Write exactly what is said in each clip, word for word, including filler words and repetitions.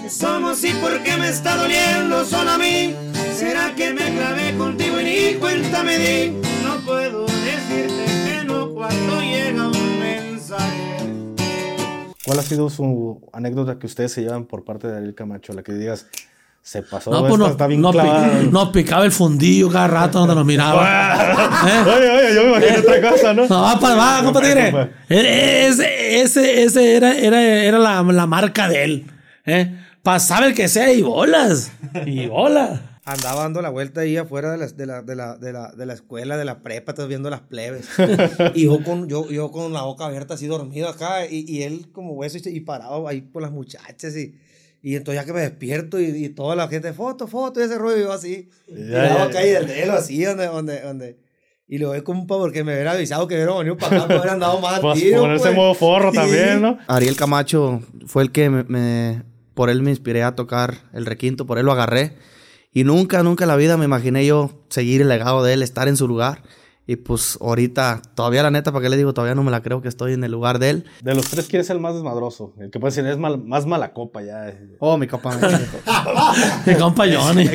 somos y por qué me está doliendo solo a mí. ¿Será que me clavé contigo y ni cuenta me di? No puedo decirte que no cuando llega un mensaje. ¿Cuál ha sido su anécdota que ustedes se llevan por parte de Ariel Camacho? La que digas, se pasó, no, esta pues no, está bien no, clavada. Nos no, picaba el fundillo cada rato donde nos miraba. ¿Eh? Oye, oye, yo me imagino otra cosa, ¿no? No, va, pa, va, compadre. Ese, ese, ese era, era, era la, la marca de él. ¿Eh? Pasaba el que sea y bolas. Y bolas. Andaba dando la vuelta ahí afuera de la, de la, de la, de la, de la escuela, de la prepa, estás viendo las plebes. Y yo con, yo, yo con la boca abierta, así dormido acá, y, y él como hueso y, y parado ahí por las muchachas. Y, y entonces ya que me despierto y, y toda la gente, foto, foto, y ese rollo, yo así. Ya, y la boca ahí del dedo, así, donde, donde, donde. Y lo ve compa porque me hubiera avisado que hubiera venido para acá, me hubieran dado más pues tiro, ponerse pues. modo forro Sí. también, ¿no? Ariel Camacho fue el que me, me... Por él me inspiré a tocar el requinto, por él lo agarré. Y nunca, nunca en la vida me imaginé yo seguir el legado de él, estar en su lugar. Y pues ahorita, todavía la neta, ¿para qué le digo? Todavía no me la creo que estoy en el lugar de él. De los tres, ¿quién es el más desmadroso? El que puede decir, es mal, más mala copa ya. Oh, mi compa. Mi compa Johnny.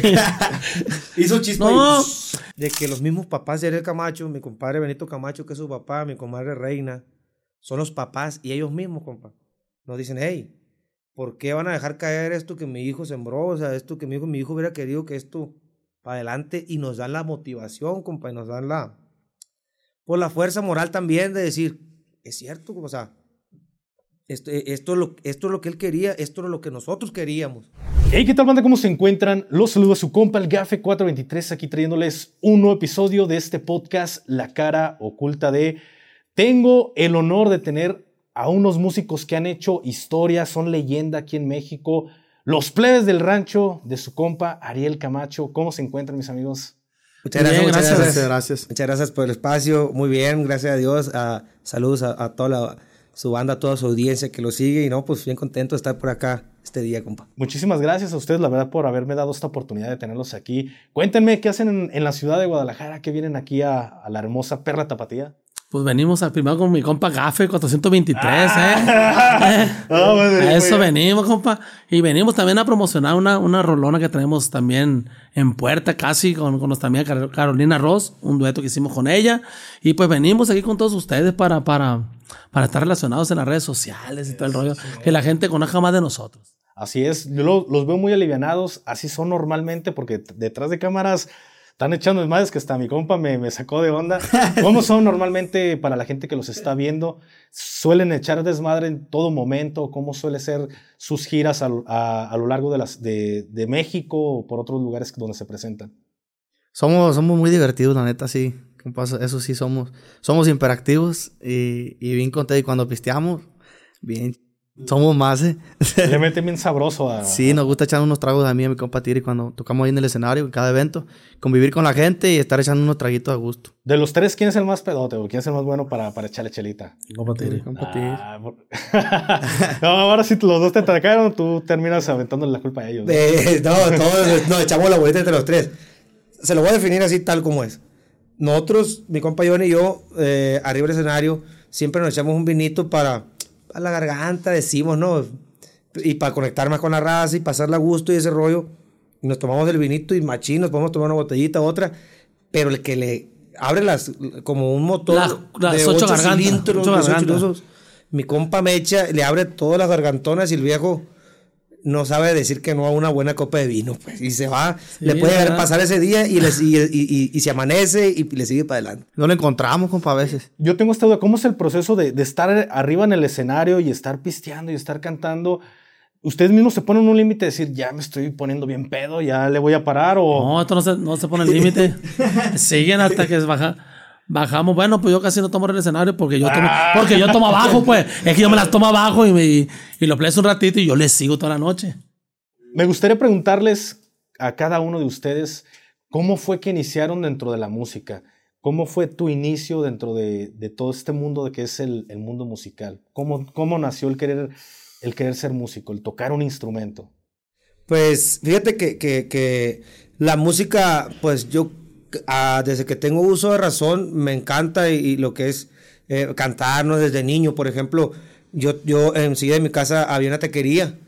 Hizo chispa No. ahí, de que los mismos papás de Ariel Camacho, mi compadre Benito Camacho, que es su papá, mi comadre Reina, son los papás y ellos mismos, compa, nos dicen, hey, ¿por qué van a dejar caer esto que mi hijo sembró? O sea, esto que mi hijo, mi hijo hubiera querido que esto para adelante, y nos dan la motivación, compa, y nos dan la, pues la fuerza moral también de decir, es cierto, o sea, esto, esto, es lo, esto es lo que él quería, esto es lo que nosotros queríamos. Hey, ¿qué tal, banda? ¿Cómo se encuentran? Los saludo a su compa, el Gafe cuatro veintitrés, aquí trayéndoles un nuevo episodio de este podcast, La Cara Oculta de... Tengo el honor de tener a unos músicos que han hecho historia, son leyenda aquí en México, los plebes del rancho de su compa, Ariel Camacho. ¿Cómo se encuentran, mis amigos? Muchas gracias, Bien, muchas gracias. gracias. Muchas gracias. Muchas gracias por el espacio. Muy bien, gracias a Dios. Uh, saludos a, a toda la, su banda, a toda su audiencia que lo sigue. Y no, pues bien contento de estar por acá este día, compa. Muchísimas gracias a ustedes, la verdad, por haberme dado esta oportunidad de tenerlos aquí. Cuéntenme, ¿qué hacen en, en la ciudad de Guadalajara? ¿Qué vienen aquí a, a la hermosa Perla Tapatía? Pues venimos a, primero con mi compa Gafe cuatrocientos veintitrés, Ah. ¿eh? No, pues, A eso pues, venimos, compa. Y venimos también a promocionar una, una rolona que traemos también en puerta casi con, con nuestra amiga Car- Carolina Ross, un dueto que hicimos con ella. Y pues venimos aquí con todos ustedes para, para, para estar relacionados en las redes sociales y todo el rollo. Que la gente conozca más de nosotros. Así es, yo lo- los veo muy alivianados, así son normalmente, porque t- detrás de cámaras están echando desmadres que hasta mi compa me, me sacó de onda. ¿Cómo son normalmente para la gente que los está viendo? ¿Suelen echar desmadre en todo momento? ¿Cómo suele ser sus giras a, a, a lo largo de, las, de, de México o por otros lugares donde se presentan? Somos, somos muy divertidos, la neta, sí. Compa, eso sí, somos, somos hiperactivos y, y bien contentos. Y cuando pisteamos, bien, somos más, ¿eh? Le meten bien sabroso a... Sí, nos gusta echar unos tragos a mí y a mi compa Tiri cuando tocamos ahí en el escenario, en cada evento. Convivir con la gente y estar echando unos traguitos a gusto. De los tres, ¿quién es el más pedote o quién es el más bueno para, para echarle chelita? Compa Tiri. Compa Tiri. Ah, por- no, ahora sí los dos te atacaron, tú terminas aventándole la culpa a ellos, ¿no? Eh, no, todos nos echamos la boleta entre los tres. Se lo voy a definir así tal como es. Nosotros, mi compa Johnny y yo, eh, arriba del escenario, siempre nos echamos un vinito para, para la garganta, decimos, ¿no? Y para conectar más con la raza y pasarla a gusto y ese rollo. Y nos tomamos el vinito y machín, nos podemos tomar una botellita, otra. Pero el que le abre las, como un motor Las- las de ocho ocho gargantas, cilindros, ocho de ocho gargantas. cilindros, mi compa me echa, le abre todas las gargantonas y el viejo no sabe decir que no a una buena copa de vino, pues, y se va, Sí, le puede ¿verdad? pasar ese día y, le, y, y, y, y se amanece y le sigue para adelante. No lo encontramos, compa, a veces. Yo tengo esta duda, ¿cómo es el proceso de, de estar arriba en el escenario y estar pisteando y estar cantando? ¿Ustedes mismos se ponen un límite de decir, ya me estoy poniendo bien pedo, ya le voy a parar? O... No, esto no se, no se pone el límite. Siguen hasta que baja, bajamos. Bueno, pues yo casi no tomo el escenario porque yo tomo, porque yo tomo abajo, pues. Es que yo me las tomo abajo y, me, y, y lo pleso un ratito y yo les sigo toda la noche. Me gustaría preguntarles a cada uno de ustedes, ¿cómo fue que iniciaron dentro de la música? ¿Cómo fue tu inicio dentro de, de todo este mundo de que es el, el mundo musical? ¿Cómo, cómo nació el querer, el querer ser músico, el tocar un instrumento? Pues fíjate que, que, que la música, pues yo ah, desde que tengo uso de razón me encanta y, y lo que es eh, cantar, ¿no? Desde niño, por ejemplo, yo, yo enseguida de mi casa había una taquería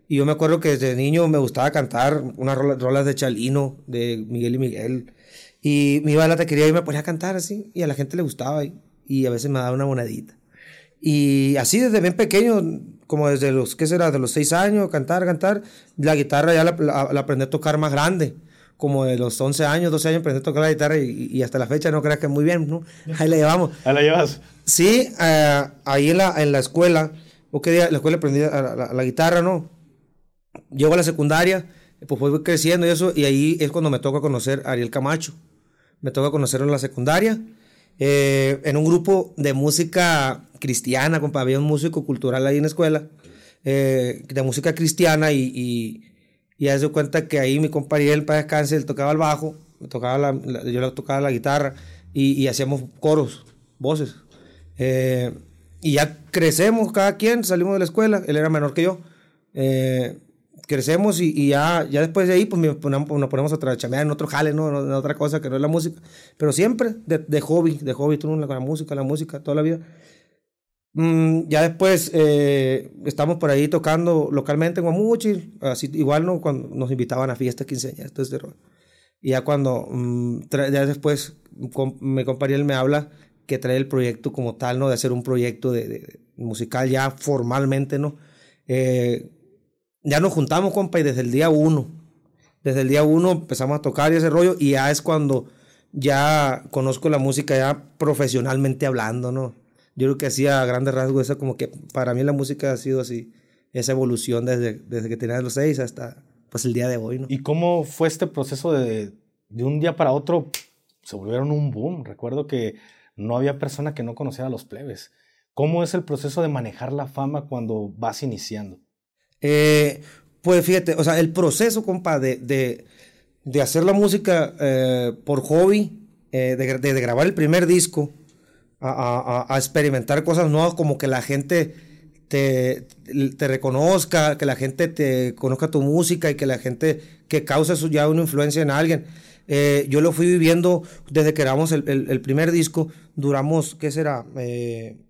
Y yo me acuerdo que desde niño me gustaba cantar unas rolas, rolas de Chalino, de Miguel y Miguel. Y me iba a la taquería y me ponía a cantar así. Y a la gente le gustaba. Y, y a veces me daba una monedita. Y así desde bien pequeño, como desde los, ¿qué será? De los seis años, cantar, cantar. La guitarra ya la, la, la aprendí a tocar más grande. Como de los once años, doce años aprendí a tocar la guitarra. Y, y hasta la fecha no creas que muy bien, ¿no? Ahí la llevamos. Ahí la llevas. Sí, uh, ahí en la, en la escuela. ¿Qué día? En la escuela aprendí a la, la, la guitarra, ¿no? Llego a la secundaria, pues voy creciendo y eso, y ahí es cuando me toca conocer a Ariel Camacho. Me toca conocerlo en la secundaria, eh, en un grupo de música cristiana, compa. Había un músico cultural ahí en la escuela, eh, de música cristiana, y, y, y ya se cuenta que ahí mi compa Ariel, para descanse, él tocaba el bajo, me tocaba la, la, yo le tocaba la guitarra, y, y hacíamos coros, voces. Eh, y ya crecemos cada quien, salimos de la escuela, él era menor que yo. Eh, crecemos y, y ya, ya después de ahí pues nos ponemos, nos ponemos a chambear en otro jale, ¿no? En otra cosa que no es la música, pero siempre de, de hobby, de hobby, tú, con la música, la música, toda la vida. Mm, ya después eh, estamos por ahí tocando localmente en Guamuchil, así igual, ¿no? Cuando nos invitaban a fiestas, quinceañeras, todo este rollo. Y ya cuando, mm, tra- ya después com- mi compa Ariel me habla que trae el proyecto como tal, ¿no? De hacer un proyecto de, de musical ya formalmente, ¿no? Eh, ya nos juntamos, compa, y desde el día uno, desde el día uno empezamos a tocar y ese rollo, y ya es cuando ya conozco la música ya profesionalmente hablando, ¿no? Yo creo que así a grandes rasgos, eso como que para mí la música ha sido así, esa evolución desde, desde que tenía los seis hasta pues el día de hoy, ¿no? ¿Y cómo fue este proceso de, de un día para otro? Se volvieron un boom. Recuerdo que no había persona que no conociera a los plebes. ¿Cómo es el proceso de manejar la fama cuando vas iniciando? Eh, pues fíjate, o sea, el proceso, compa, de, de, de hacer la música eh, por hobby, eh, de, de, de grabar el primer disco, a, a, a experimentar cosas nuevas, como que la gente te, te reconozca, que la gente te conozca tu música y que la gente, que causa eso ya una influencia en alguien. Eh, yo lo fui viviendo desde que grabamos el, el, el primer disco, duramos, ¿qué será? Eh,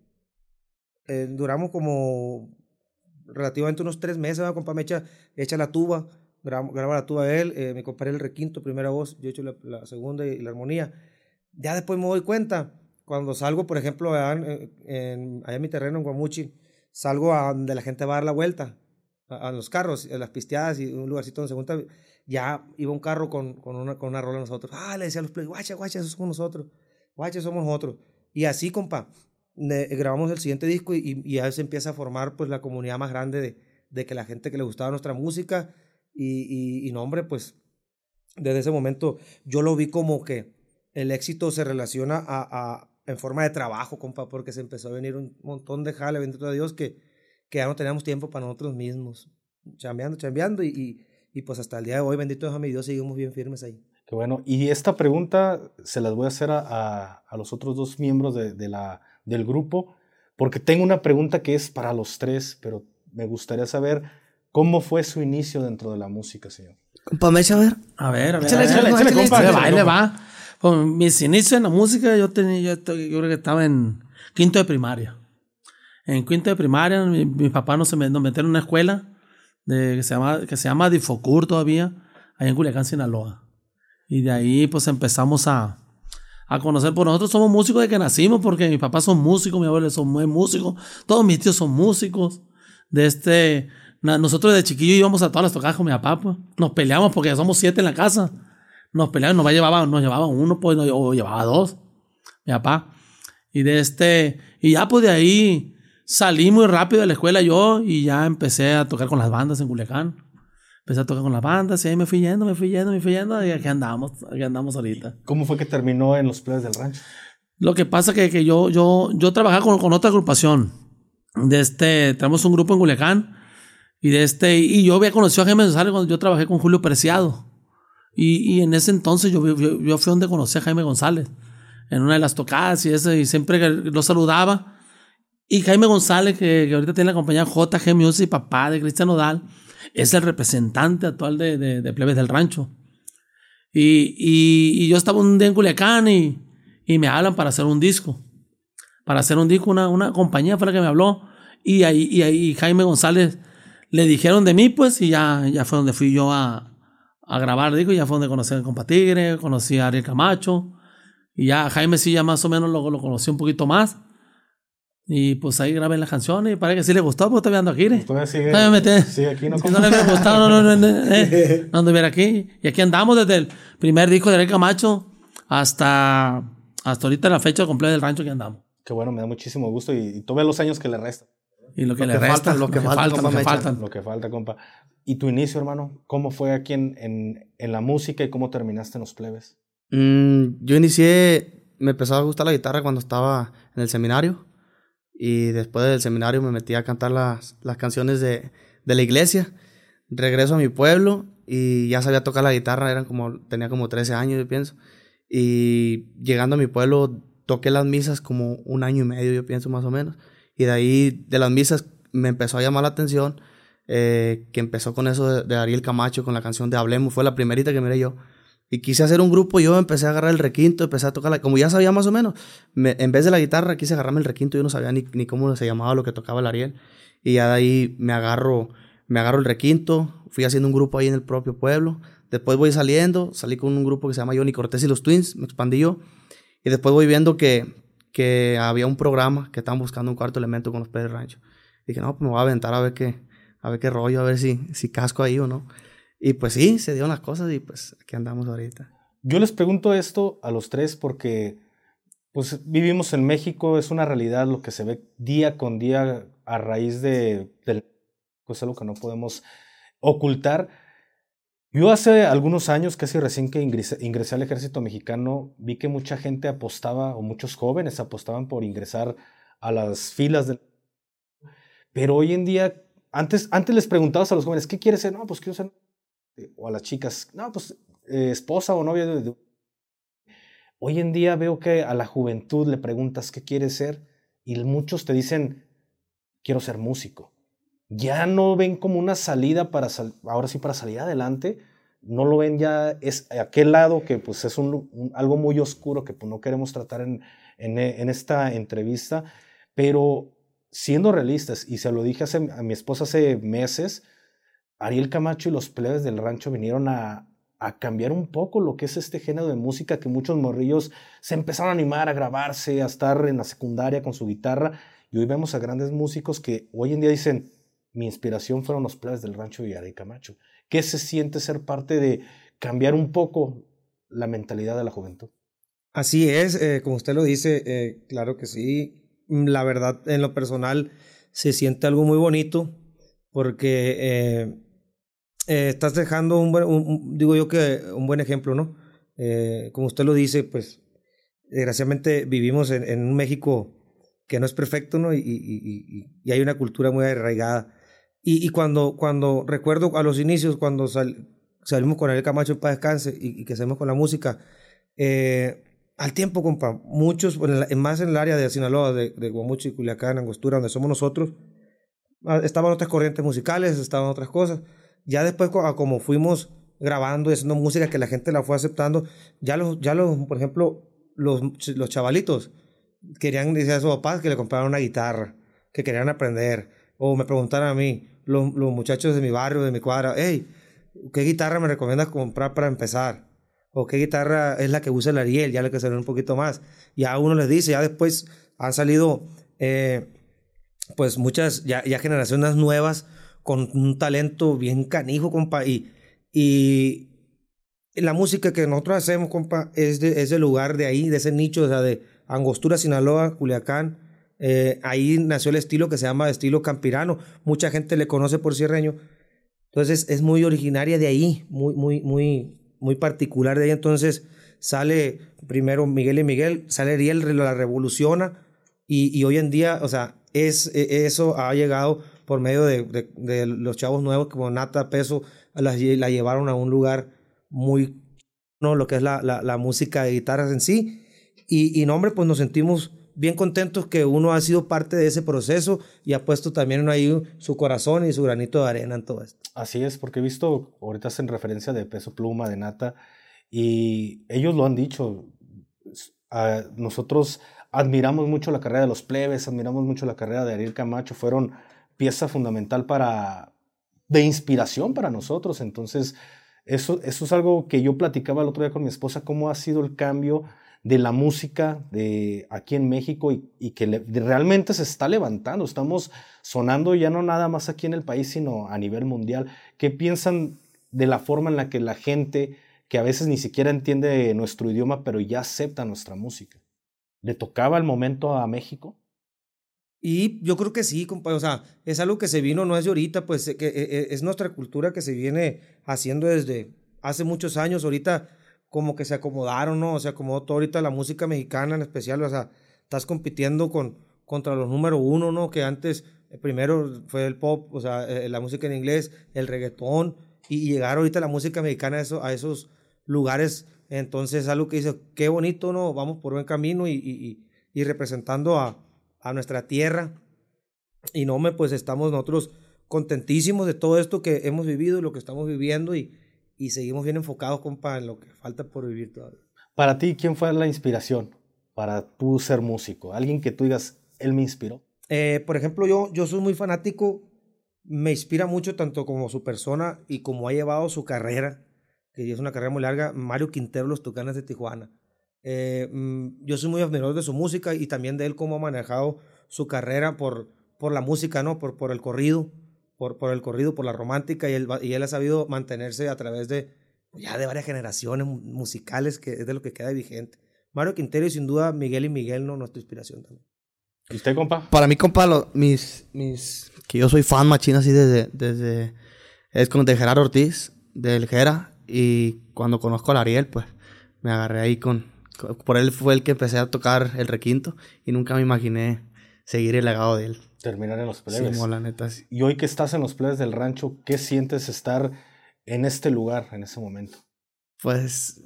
eh, duramos como relativamente unos tres meses, ¿no? Compa me echa, echa la tuba, graba, graba la tuba él, eh, me comparé el requinto, primera voz, yo he hecho la, la segunda y la armonía. Ya después me doy cuenta, cuando salgo, por ejemplo, allá en, en, allá en mi terreno en Guamuchil, salgo a donde la gente va a dar la vuelta, a, a los carros, a las pisteadas y un lugarcito donde se junta, ya iba un carro con, con, una, con una rola de nosotros. Ah, le decía a los play, guacha, guacha, esos somos nosotros, guacha, somos nosotros. Y así, compa, de, grabamos el siguiente disco y, y ya se empieza a formar pues la comunidad más grande de, de que la gente que le gustaba nuestra música y, y, y no, hombre, pues desde ese momento yo lo vi como que el éxito se relaciona a, a, en forma de trabajo, compa, porque se empezó a venir un montón de jale, bendito a Dios, que, que ya no teníamos tiempo para nosotros mismos, chambeando, chambeando y, y, y pues hasta el día de hoy, bendito a mi Dios, seguimos bien firmes ahí. Qué bueno. Y esta pregunta se las voy a hacer a, a, a los otros dos miembros de, de la, del grupo, porque tengo una pregunta que es para los tres, pero me gustaría saber cómo fue su inicio dentro de la música, señor. Compa Mecha, a ver. A ver, a ver. Échale, a ver, échale, échale, échale, compa, échale, le va, échale, le compa. va. Pues, mis inicios en la música, yo tenía, yo, estoy- yo creo que estaba en quinto de primaria. En quinto de primaria, mi, mi papá nos, nos metió en una escuela de, que, se llama, que se llama Difocur todavía, allá en Culiacán, Sinaloa. Y de ahí pues empezamos a, a conocer, pues nosotros somos músicos de que nacimos, porque mis papás son músicos, mi abuelo son muy músicos, todos mis tíos son músicos. De este, na- nosotros de chiquillo íbamos a todas las tocadas con mi papá, pues. Nos peleamos porque somos siete en la casa. Nos peleaban, nos llevaba, nos llevaba uno, pues, no, o llevaba dos, mi papá. Y de este, y ya pues de ahí salí muy rápido de la escuela yo y ya empecé a tocar con las bandas en Culiacán. Empecé a tocar con las bandas y ahí me fui yendo, me fui yendo, me fui yendo y aquí andamos, aquí andamos ahorita. ¿Cómo fue que terminó en los plebes del rancho? Lo que pasa que, que yo, yo, yo trabajaba con, con otra agrupación. De este, tenemos un grupo en Culiacán y de este, y yo había conocido a Jaime González cuando yo trabajé con Julio Preciado. Y, y en ese entonces yo, yo, yo fui donde conocí a Jaime González, en una de las tocadas y eso, y siempre lo saludaba. Y Jaime González, que, que ahorita tiene la compañía J G Music, papá de Cristian Nodal, es el representante actual de, de, de Plebes del Rancho. Y, y, y yo estaba un día en Culiacán y, y me hablan para hacer un disco. Para hacer un disco, una, una compañía fue la que me habló. Y ahí, y ahí Jaime González le dijeron de mí, pues, y ya, ya fue donde fui yo a, a grabar, digo, ya fue donde conocí al compa Tigre, conocí a Ariel Camacho, y ya a Jaime sí ya más o menos lo, lo conocí un poquito más. Y pues ahí grabé las canciones y parece que sí le gustó, pues todavía ando aquí, ¿eh? Todavía sigue, Todavía me te- sigue aquí, ¿no? Si no le hubiera gustado, no, no, no, no, eh, no anduviera aquí. Y aquí andamos desde el primer disco de Ariel Camacho hasta, hasta ahorita la fecha completa del rancho que andamos. Qué bueno, me da muchísimo gusto y, y todavía los años que le restan. Y lo que Lo le que resta, falta, lo que falta, lo que compa Mecha. faltan. Lo que falta, compa. ¿Y tu inicio, hermano? ¿Cómo fue aquí en, en, en la música y cómo terminaste en los plebes? Mm, yo inicié, me empezó a gustar la guitarra cuando estaba en el seminario. Y después del seminario me metí a cantar las, las canciones de, de la iglesia. Regreso a mi pueblo y ya sabía tocar la guitarra, eran como, tenía como trece años, yo pienso. Y llegando a mi pueblo toqué las misas como un año y medio, yo pienso, más o menos. Y de ahí, de las misas, me empezó a llamar la atención eh, que empezó con eso de, de Ariel Camacho, con la canción de Hablemos. Fue la primerita que miré yo. Y quise hacer un grupo, yo empecé a agarrar el requinto, empecé a tocar, la, como ya sabía más o menos, me, en vez de la guitarra quise agarrarme el requinto, yo no sabía ni, ni cómo se llamaba lo que tocaba el Ariel. Y ya de ahí me agarro, me agarro el requinto, fui haciendo un grupo ahí en el propio pueblo. Después voy saliendo, salí con un grupo que se llama Johnny Cortés y los Twins, me expandí yo. Y después voy viendo que, que había un programa que estaban buscando un cuarto elemento con los Pérez Rancho. Y dije, no, pues me voy a aventar a ver qué, a ver qué rollo, a ver si, si casco ahí o no. Y pues sí, se dieron las cosas y pues aquí andamos ahorita. Yo les pregunto esto a los tres porque pues vivimos en México, es una realidad lo que se ve día con día a raíz de, del pues algo que no podemos ocultar. Yo hace algunos años, casi recién que ingresé, ingresé al ejército mexicano, vi que mucha gente apostaba, o muchos jóvenes apostaban por ingresar a las filas del... Pero hoy en día, antes, antes les preguntabas a los jóvenes, ¿qué quieres ser? No, pues quiero ser... O a las chicas, no, pues eh, esposa o novia de, de... Hoy en día veo que a la juventud le preguntas qué quieres ser y muchos te dicen, quiero ser músico. Ya no ven como una salida para, sal... ahora sí, para salir adelante, no lo ven ya, es aquel lado que pues es un, un, algo muy oscuro que pues no queremos tratar en, en, en esta entrevista, pero siendo realistas, y se lo dije hace, a mi esposa hace meses, Ariel Camacho y los Plebes del Rancho vinieron a, a cambiar un poco lo que es este género de música que muchos morrillos se empezaron a animar a grabarse, a estar en la secundaria con su guitarra, y hoy vemos a grandes músicos que hoy en día dicen, mi inspiración fueron los Plebes del Rancho y Ariel Camacho. ¿Qué se siente ser parte de cambiar un poco la mentalidad de la juventud? Así es, eh, como usted lo dice, eh, claro que sí. La verdad, en lo personal, se siente algo muy bonito porque... Eh, Eh, estás dejando un buen, un, un, digo yo que un buen ejemplo, ¿no? Eh, como usted lo dice, pues desgraciadamente vivimos en, en un México que no es perfecto, ¿no? Y, y, y, y hay una cultura muy arraigada. Y, y cuando, cuando recuerdo a los inicios, cuando sal, salimos con Ariel Camacho en paz descanse y, y que salimos con la música, eh, al tiempo, compa, muchos, más en el área de Sinaloa, de, de Guamuchi, Culiacán, Angostura, donde somos nosotros, estaban otras corrientes musicales, estaban otras cosas. Ya después, como fuimos grabando y haciendo música que la gente la fue aceptando, ya los, ya los por ejemplo, los, los chavalitos querían decir a sus papás que le compraran una guitarra, que querían aprender, o me preguntaron a mí, los, los muchachos de mi barrio, de mi cuadra, hey, ¿qué guitarra me recomiendas comprar para empezar? O ¿qué guitarra es la que usa el Ariel? Ya le que saber un poquito más. Ya uno les dice, ya después han salido, eh, pues muchas, ya, ya generaciones nuevas, con un talento bien canijo, compa, y, y la música que nosotros hacemos, compa, es, de, es del lugar de ahí, de ese nicho, o sea, de Angostura, Sinaloa, Culiacán, eh, ahí nació el estilo que se llama estilo campirano, mucha gente le conoce por sierreño, entonces es muy originaria de ahí, muy, muy, muy, muy particular de ahí, entonces sale primero Miguel y Miguel, sale Ariel, la revoluciona, y, y hoy en día, o sea, es, eso ha llegado por medio de, de, de los chavos nuevos como Nata, Peso, la, la llevaron a un lugar muy, no, lo que es la, la, la música de guitarras en sí. Y, y no, hombre, pues nos sentimos bien contentos que uno ha sido parte de ese proceso y ha puesto también ahí su corazón y su granito de arena en todo esto. Así es, porque he visto, ahorita hacen referencia de Peso Pluma, de Nata, y ellos lo han dicho, a nosotros admiramos mucho la carrera de los Plebes, admiramos mucho la carrera de Ariel Camacho, fueron pieza fundamental para, de inspiración para nosotros. Entonces, eso, eso es algo que yo platicaba el otro día con mi esposa, cómo ha sido el cambio de la música de aquí en México y, y que le, de, realmente se está levantando. Estamos sonando ya no nada más aquí en el país, sino a nivel mundial. ¿Qué piensan de la forma en la que la gente, que a veces ni siquiera entiende nuestro idioma, pero ya acepta nuestra música? ¿Le tocaba el momento a México? Y yo creo que sí, compadre, o sea, es algo que se vino, no es de ahorita, pues que es nuestra cultura que se viene haciendo desde hace muchos años. Ahorita como que se acomodaron, ¿no? Se acomodó todo ahorita la música mexicana en especial, o sea, estás compitiendo con, contra los número uno, ¿no? Que antes, eh, primero fue el pop, o sea, eh, la música en inglés, el reggaetón, y, y llegar ahorita la música mexicana a, eso, a esos lugares, entonces algo que dice, qué bonito, ¿no? Vamos por buen camino y, y, y representando a, a nuestra tierra, y no, me, pues estamos nosotros contentísimos de todo esto que hemos vivido y lo que estamos viviendo, y Y seguimos bien enfocados, compa, en lo que falta por vivir todavía. Para ti, ¿quién fue la inspiración para tú ser músico? ¿Alguien que tú digas, él me inspiró? Eh, por ejemplo, yo, yo soy muy fanático, me inspira mucho tanto como su persona y como ha llevado su carrera, que es una carrera muy larga, Mario Quintero, Los Tucanes de Tijuana. Eh, yo soy muy admirador de su música y también de él cómo ha manejado su carrera por, por la música, ¿no? Por, por el corrido. Por, por el corrido, por la romántica, y él, y él ha sabido mantenerse a través de, ya de varias generaciones musicales, que es de lo que queda vigente. Mario Quintero y sin duda Miguel y Miguel, ¿no? Nuestra inspiración también. ¿Y usted, compa? Para mí, compa, lo, mis, mis, que yo soy fan machín así desde, desde, es con de Gerardo Ortiz, del Gera, y cuando conozco a Ariel, pues, me agarré ahí con, con, por él fue el que empecé a tocar el requinto, y nunca me imaginé seguir el legado de él. Terminar en los plebes. Sí, la neta, sí. Y hoy que estás en los plebes del rancho, ¿qué sientes estar en este lugar, en ese momento? Pues...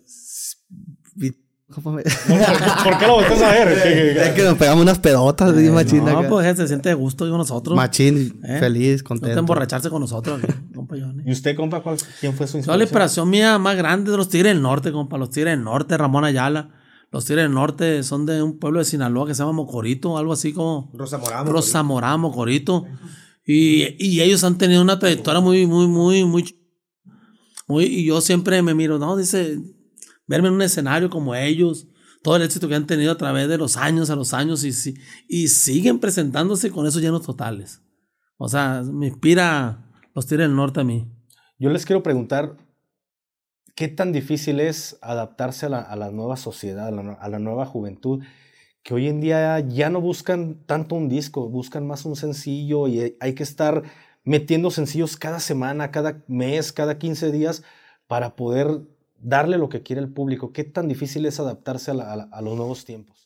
¿Cómo me... ¿Por, ¿Por qué lo volteas a ver? Es que nos pegamos unas pedotas de eh, machín. No, acá. Pues se siente de gusto con nosotros. Machín, ¿Eh? feliz, contento. No te emborracharse con nosotros, compa Johnny. ¿Y usted, compa, cuál, quién fue su inspiración? No, la inspiración mía más grande de los Tigres del Norte, compa. Los Tigres del Norte, Ramón Ayala. Los Tigres del Norte son de un pueblo de Sinaloa que se llama Mocorito, algo así como... Rosamorá, Rosamorá, Mocorito. Y, y ellos han tenido una trayectoria muy, muy, muy, muy, muy... Y yo siempre me miro, ¿no? Dice, verme en un escenario como ellos, todo el éxito que han tenido a través de los años, a los años, y, y siguen presentándose con esos llenos totales. O sea, me inspira los Tigres del Norte a mí. Yo les quiero preguntar, ¿qué tan difícil es adaptarse a la, a la nueva sociedad, a la, a la nueva juventud, que hoy en día ya no buscan tanto un disco, buscan más un sencillo y hay que estar metiendo sencillos cada semana, cada mes, cada quince días para poder darle lo que quiere el público? ¿Qué tan difícil es adaptarse a, la, a, la, a los nuevos tiempos?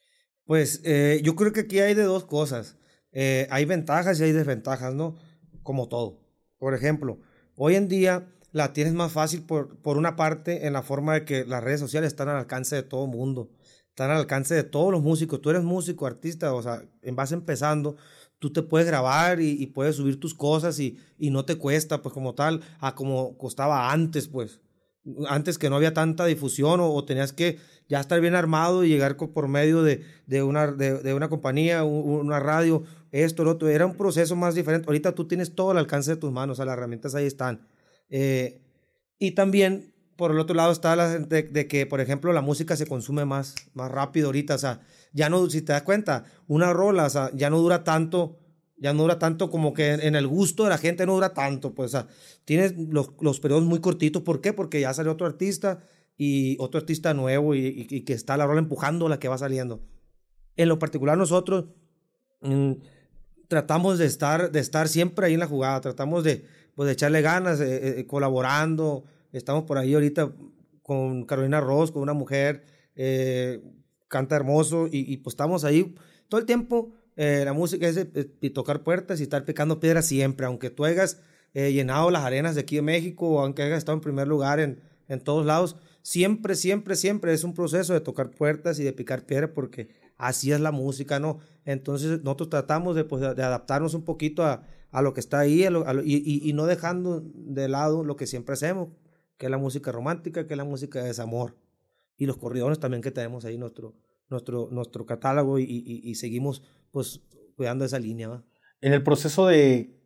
Pues eh, yo creo que aquí hay de dos cosas. Eh, hay ventajas y hay desventajas, ¿no? Como todo. Por ejemplo, hoy en día la tienes más fácil por, por una parte en la forma de que las redes sociales están al alcance de todo el mundo. Están al alcance de todos los músicos. Tú eres músico, artista, o sea, vas empezando, tú te puedes grabar y, y puedes subir tus cosas y, y no te cuesta, pues como tal, a como costaba antes, pues. Antes que no había tanta difusión o, o tenías que ya estar bien armado y llegar por medio de, de, una, de, de una compañía, una radio, esto, lo otro. Era un proceso más diferente. Ahorita tú tienes todo al alcance de tus manos, o sea, las herramientas ahí están. Eh, y también... Por el otro lado está la de, de que, por ejemplo, la música se consume más, más rápido ahorita, o sea, ya no, si te das cuenta, una rola, o sea, ya no dura tanto, ya no dura tanto como que en, en el gusto de la gente no dura tanto, pues, o sea, tienes los, los periodos muy cortitos, ¿por qué? Porque ya salió otro artista y otro artista nuevo y, y, y que está la rola empujando la que va saliendo. En lo particular nosotros mmm, tratamos de estar, de estar siempre ahí en la jugada, tratamos de, pues, de echarle ganas, eh, eh, colaborando. Estamos por ahí ahorita con Carolina Ross, con una mujer, eh, canta hermoso y, y pues estamos ahí todo el tiempo. Eh, la música es de, de tocar puertas y estar picando piedras siempre, aunque tú hayas eh, llenado las arenas de aquí de México o aunque hayas estado en primer lugar en, en todos lados, siempre, siempre, siempre es un proceso de tocar puertas y de picar piedras porque así es la música, ¿no? Entonces nosotros tratamos de, pues, de adaptarnos un poquito a, a lo que está ahí a lo, a lo, y, y, y no dejando de lado lo que siempre hacemos, que es la música romántica, que es la música de desamor. Y los corridones también que tenemos ahí nuestro, nuestro, nuestro catálogo y, y, y seguimos pues cuidando esa línea, ¿va? En el proceso de,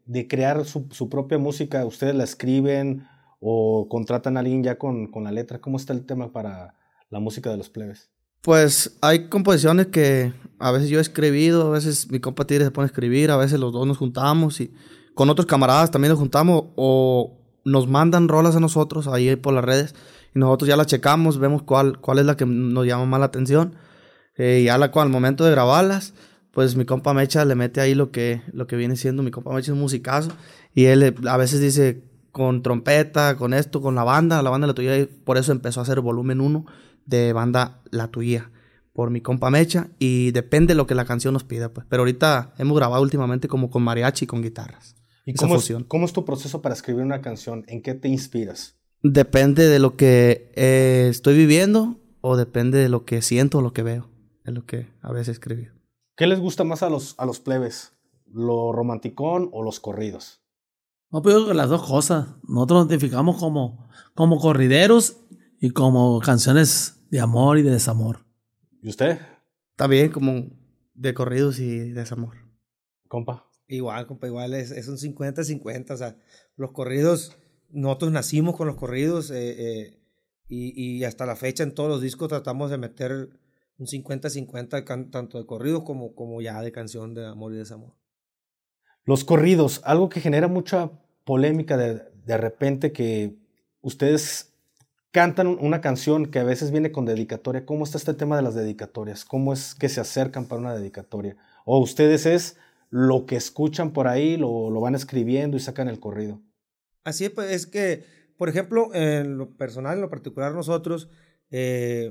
de crear su, su propia música, ¿ustedes la escriben o contratan a alguien ya con, con la letra? ¿Cómo está el tema para la música de los plebes? Pues hay composiciones que a veces yo he escribido, a veces mi compa Tigre se pone a escribir, a veces los dos nos juntamos y con otros camaradas también nos juntamos o nos mandan rolas a nosotros ahí por las redes y nosotros ya las checamos, vemos cuál, cuál es la que nos llama más la atención eh, y ya la, al momento de grabarlas, pues mi compa Mecha le mete ahí lo que, lo que viene siendo, mi compa Mecha es un musicazo y él a veces dice con trompeta, con esto, con la banda, la banda La Tuya, y por eso empezó a hacer volumen uno de banda La Tuya, por mi compa Mecha, y depende de lo que la canción nos pida, pues. Pero ahorita hemos grabado últimamente como con mariachi y con guitarras. ¿Y cómo es, cómo es tu proceso para escribir una canción? ¿En qué te inspiras? Depende de lo que eh, estoy viviendo o depende de lo que siento o lo que veo. Es lo que a veces escribo. ¿Qué les gusta más a los, a los plebes? ¿Lo romanticón o los corridos? No, pero las dos cosas. Nosotros nos identificamos como, como corrideros y como canciones de amor y de desamor. ¿Y usted? También como de corridos y desamor. Compa. Igual, compa, igual es, es un cincuenta cincuenta. O sea, los corridos, nosotros nacimos con los corridos eh, eh, y, y hasta la fecha en todos los discos tratamos de meter un cincuenta cincuenta tanto de corridos como, como ya de canción de amor y desamor. Los corridos, algo que genera mucha polémica de, de repente, que ustedes cantan una canción que a veces viene con dedicatoria. ¿Cómo está este tema de las dedicatorias? ¿Cómo es que se acercan para una dedicatoria? ¿O ustedes es lo que escuchan por ahí, lo, lo van escribiendo y sacan el corrido? Así es, pues, es que, por ejemplo, en lo personal, en lo particular nosotros, eh,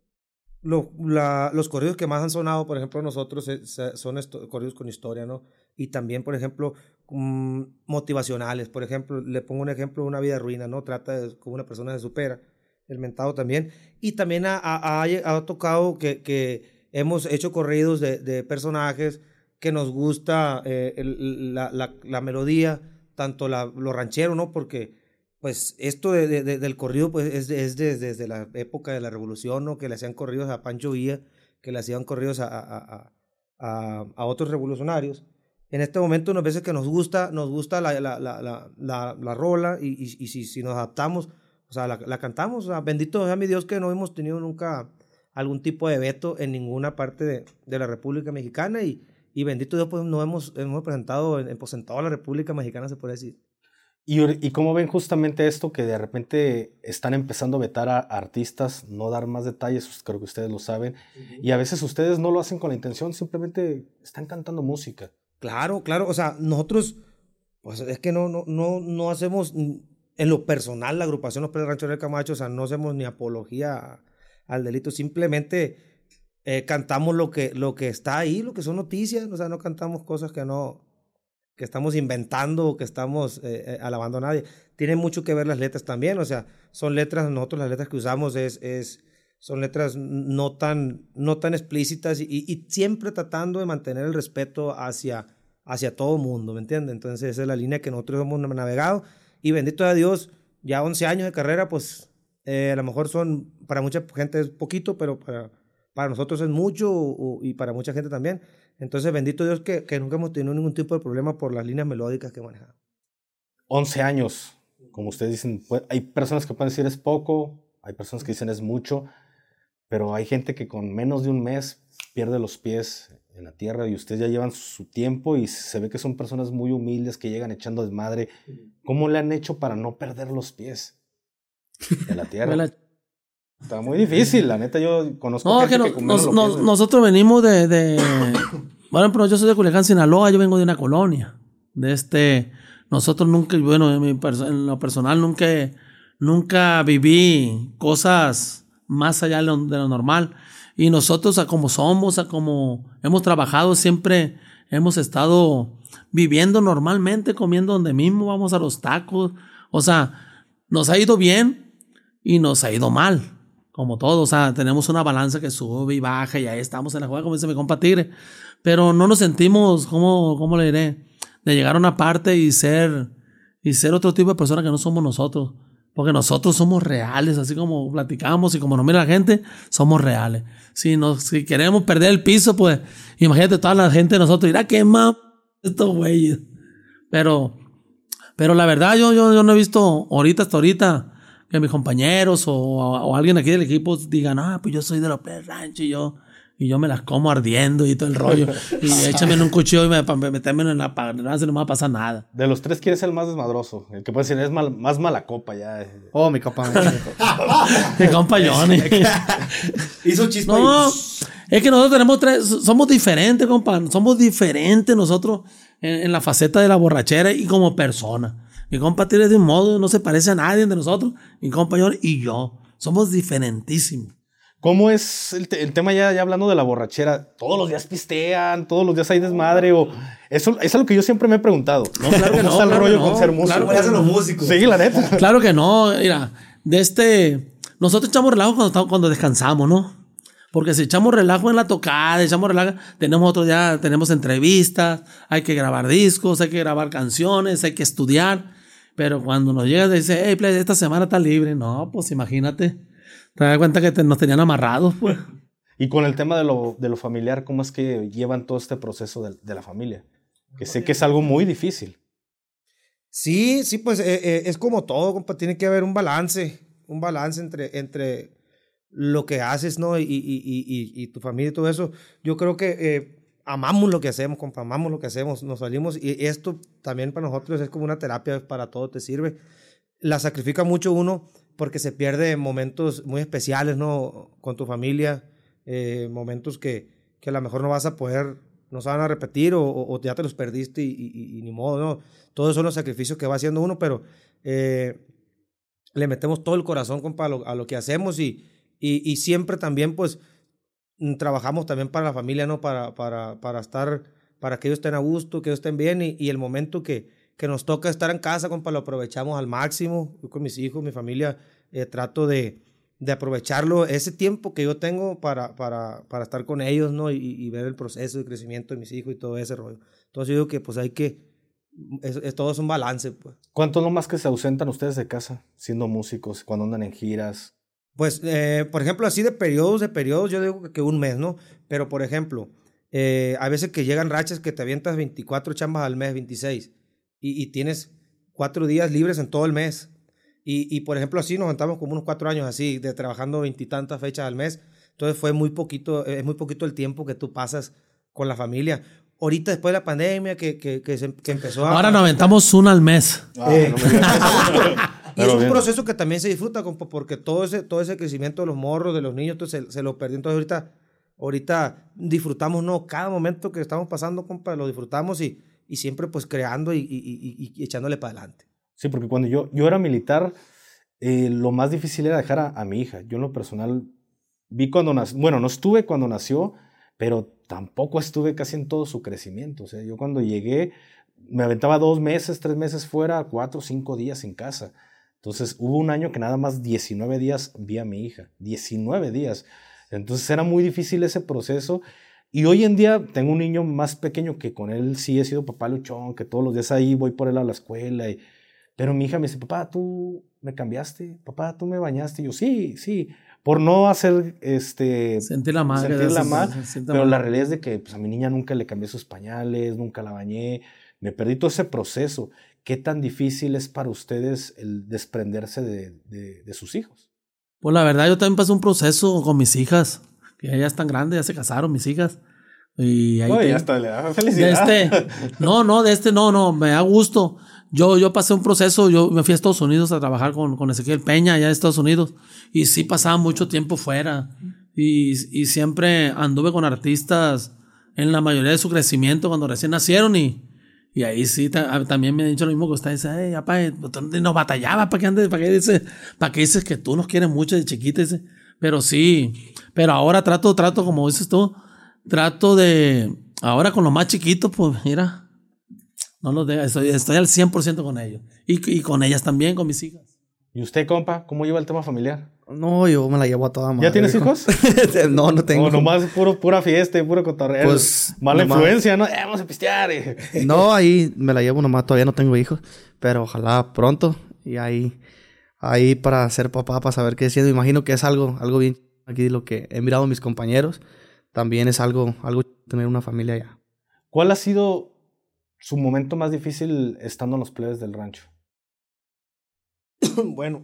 lo, la, los corridos que más han sonado, por ejemplo, nosotros es, son esto, corridos con historia, ¿no? Y también, por ejemplo, um, motivacionales. Por ejemplo, le pongo un ejemplo, Una vida ruina, ¿no? Trata de cómo una persona se supera, el mentado también. Y también ha, ha, ha, ha tocado que, que hemos hecho corridos de, de personajes que nos gusta eh, el, la, la, la melodía, tanto la, lo ranchero, ¿no? Porque pues esto de, de, de, del corrido pues es, de, es de, desde la época de la Revolución, ¿no? Que le hacían corridos a Pancho Villa, que le hacían corridos a, a, a, a, a otros revolucionarios. En este momento nos veces que nos gusta, nos gusta la, la, la, la, la, la rola y, y, y si, si nos adaptamos, o sea, la, la cantamos. O sea, bendito sea mi Dios que no hemos tenido nunca algún tipo de veto en ninguna parte de, de la República Mexicana y Y bendito Dios, pues nos hemos, hemos presentado en, pues, en toda la República Mexicana, se puede decir. ¿Y, ¿Y cómo ven justamente esto que de repente están empezando a vetar a artistas, no dar más detalles, creo que ustedes lo saben, uh-huh. Y a veces ustedes no lo hacen con la intención, simplemente están cantando música? Claro, claro, o sea, nosotros, pues es que no, no, no, no hacemos, en lo personal, la agrupación Los Plebes Rancheros del Camacho, o sea, no hacemos ni apología a, al delito, simplemente Eh, cantamos lo que, lo que está ahí, lo que son noticias, o sea, no cantamos cosas que no, que estamos inventando o que estamos eh, eh, alabando a nadie. Tiene mucho que ver las letras también, o sea, son letras, nosotros las letras que usamos es, es, son letras no tan, no tan explícitas y, y siempre tratando de mantener el respeto hacia, hacia todo el mundo, ¿me entiendes? Entonces esa es la línea que nosotros hemos navegado y bendito sea Dios, ya once años de carrera, pues eh, a lo mejor son, para mucha gente es poquito, pero para... Para nosotros es mucho o, y para mucha gente también. Entonces, bendito Dios que, que nunca hemos tenido ningún tipo de problema por las líneas melódicas que manejamos. once años, como ustedes dicen, pues, hay personas que pueden decir es poco, hay personas que dicen es mucho, pero hay gente que con menos de un mes pierde los pies en la tierra y ustedes ya llevan su tiempo y se ve que son personas muy humildes que llegan echando desmadre. ¿Cómo le han hecho para no perder los pies en la tierra? Está muy difícil, la neta, yo conozco no, gente que, no, que con nos, menos nos, nosotros venimos de, de bueno, pero yo soy de Culiacán, Sinaloa, yo vengo de una colonia, de este, nosotros nunca, bueno, en, mi perso- en lo personal nunca, nunca viví cosas más allá de lo, de lo normal, y nosotros a como somos, a como hemos trabajado, siempre hemos estado viviendo normalmente, comiendo donde mismo, vamos a los tacos, o sea, nos ha ido bien y nos ha ido mal. Como todo, o sea, tenemos una balanza que sube y baja y ahí estamos en la jugada, como dice mi compa Tigre. Pero no nos sentimos, ¿cómo, cómo le diré? De llegar a una parte y ser, y ser otro tipo de persona que no somos nosotros. Porque nosotros somos reales, así como platicamos y como nos mira la gente, somos reales. Si, nos, si queremos perder el piso, pues imagínate toda la gente de nosotros dirá, ¿qué más estos güeyes? Pero, pero la verdad, yo, yo, yo no he visto ahorita hasta ahorita que mis compañeros o, o alguien aquí del equipo digan, ah, pues yo soy de López Rancho y yo, y yo me las como ardiendo y todo el rollo. Y échame en un cuchillo y me, me meterme en la pared, no se me va a pasar nada. De los tres, ¿quién es el más desmadroso? El que puede decir, es mal, más mala copa ya. Oh, mi compa. Mi compa Johnny. Hizo chispa. No, y... es que nosotros tenemos tres, somos diferentes, compa. Somos diferentes nosotros en, en la faceta de la borrachera y como persona. Mi compa tiene de un modo, no se parece a nadie de nosotros. Mi compa Johnny y yo. Somos diferentísimos. ¿Cómo es el, te- el tema ya, ya hablando de la borrachera? ¿Todos los días pistean? ¿Todos los días hay desmadre? O eso es algo que yo siempre me he preguntado. No, claro que ¿Cómo no, está el claro rollo que con no, ser músico? claro ¿Cómo le hacen los músicos? Sí, la neta. Claro que no, mira, de este, nosotros echamos relajo cuando, estamos- cuando descansamos, ¿no? Porque si echamos relajo en la tocada, echamos relajo, tenemos otro día, tenemos entrevistas, hay que grabar discos, hay que grabar canciones, hay que estudiar, pero cuando nos llega y dice, hey, play, esta semana está libre, no, pues imagínate, te das cuenta que te- nos tenían amarrados, pues. Y con el tema de lo, de lo familiar, ¿cómo es que llevan todo este proceso de, de la familia? Que sé que es algo muy difícil. Sí, sí, pues eh, eh, es como todo, compa. Tiene que haber un balance, un balance entre, entre lo que haces, ¿no? Y, y, y, y, y tu familia y todo eso. Yo creo que eh, amamos lo que hacemos, compa, amamos lo que hacemos. Nos salimos y esto también para nosotros es como una terapia, para todo te sirve. La sacrifica mucho uno porque se pierde momentos muy especiales, ¿no? Con tu familia, eh, momentos que, que a lo mejor no vas a poder, no se van a repetir o, o, o ya te los perdiste y, y, y ni modo, ¿no? Todos son los sacrificios que va haciendo uno, pero eh, le metemos todo el corazón, compa, a lo, a lo que hacemos y, y, y siempre también, pues, mm, trabajamos también para la familia, ¿no? Para, para, para estar, para que ellos estén a gusto, que ellos estén bien y, y el momento que, que nos toca estar en casa, compa, lo aprovechamos al máximo. Yo con mis hijos, mi familia, eh, trato de, de aprovecharlo, ese tiempo que yo tengo para, para, para estar con ellos, ¿no? Y, y ver el proceso de crecimiento de mis hijos y todo ese rollo. Entonces yo digo que, pues, hay que, es, es, todo es un balance, pues. ¿Cuánto es lo más que se ausentan ustedes de casa siendo músicos, cuando andan en giras? Pues, eh, por ejemplo, así de periodos, de periodos, yo digo que, que un mes, ¿no? Pero, por ejemplo, eh, hay veces que llegan rachas que te avientas veinticuatro chambas al mes, veintiséis, y, y tienes cuatro días libres en todo el mes. Y, y por ejemplo, así nos aventamos como unos cuatro años así, de trabajando veintitantas fechas al mes. Entonces fue muy poquito, es muy poquito el tiempo que tú pasas con la familia. Ahorita, después de la pandemia, que, que, que, se, que empezó a... Ahora nos aventamos una al mes. Ah, no me digas. Y es Pero un bien. proceso que también se disfruta, compa, porque todo ese, todo ese crecimiento de los morros, de los niños, entonces se, se lo perdió. Entonces ahorita, ahorita disfrutamos, ¿no? Cada momento que estamos pasando, compa, lo disfrutamos y, y siempre pues creando y, y, y, y echándole para adelante. Sí, porque cuando yo, yo era militar, eh, lo más difícil era dejar a, a mi hija. Yo en lo personal vi cuando nació, bueno, no estuve cuando nació, pero tampoco estuve casi en todo su crecimiento. O sea, yo cuando llegué me aventaba dos meses, tres meses fuera, cuatro, cinco días en casa. Entonces hubo un año que nada más diecinueve días vi a mi hija, diecinueve días. Entonces era muy difícil ese proceso. Y hoy en día tengo un niño más pequeño que con él sí he sido papá luchón, que todos los días ahí voy por él a la escuela. Y, pero mi hija me dice, papá, tú me cambiaste, papá, tú me bañaste. Y yo, sí, sí, por no hacer, este... Sentirla mal. sentirla se- mal, se- se siente pero mal. la realidad es de que pues, a mi niña nunca le cambié sus pañales, nunca la bañé, me perdí todo ese proceso. ¿Qué tan difícil es para ustedes el desprenderse de, de, de sus hijos? Pues la verdad, yo también pasé un proceso con mis hijas, que ya están grandes, ya se casaron mis hijas. Y ahí Oye, te- ya hasta le da de felicidad. este, no, no, de este no, no, me da gusto. Yo, yo pasé un proceso, yo me fui a Estados Unidos a trabajar con, con Ezequiel Peña allá en Estados Unidos y sí pasaba mucho tiempo fuera y, y siempre anduve con artistas en la mayoría de su crecimiento cuando recién nacieron y, y ahí sí ta- también me han dicho lo mismo que usted dice, hey, papá, tú nos batallaba, ¿para qué andes, para qué dices, para qué dices que tú nos quieres mucho de chiquita? Dice, pero sí, pero ahora trato, trato como dices tú, trato de, ahora con los más chiquitos, pues mira, no los dejo, estoy, estoy al cien por ciento con ellos. Y, y con ellas también, con mis hijas. ¿Y usted, compa, cómo lleva el tema familiar? No, yo me la llevo a toda madre. ¿Ya tienes hijo. hijos? No, no tengo. O nomás puro, pura fiesta y puro cotorreo. Pues, Mala nomás- influencia, ¿no? Eh, vamos a pistear. No, ahí me la llevo nomás, todavía no tengo hijos, pero ojalá pronto. Y ahí, ahí para ser papá, para saber qué es. Imagino que es algo, algo bien aquí lo que he mirado a mis compañeros. También es algo, algo tener una familia ya. ¿Cuál ha sido su momento más difícil estando en los plebes del rancho. Bueno.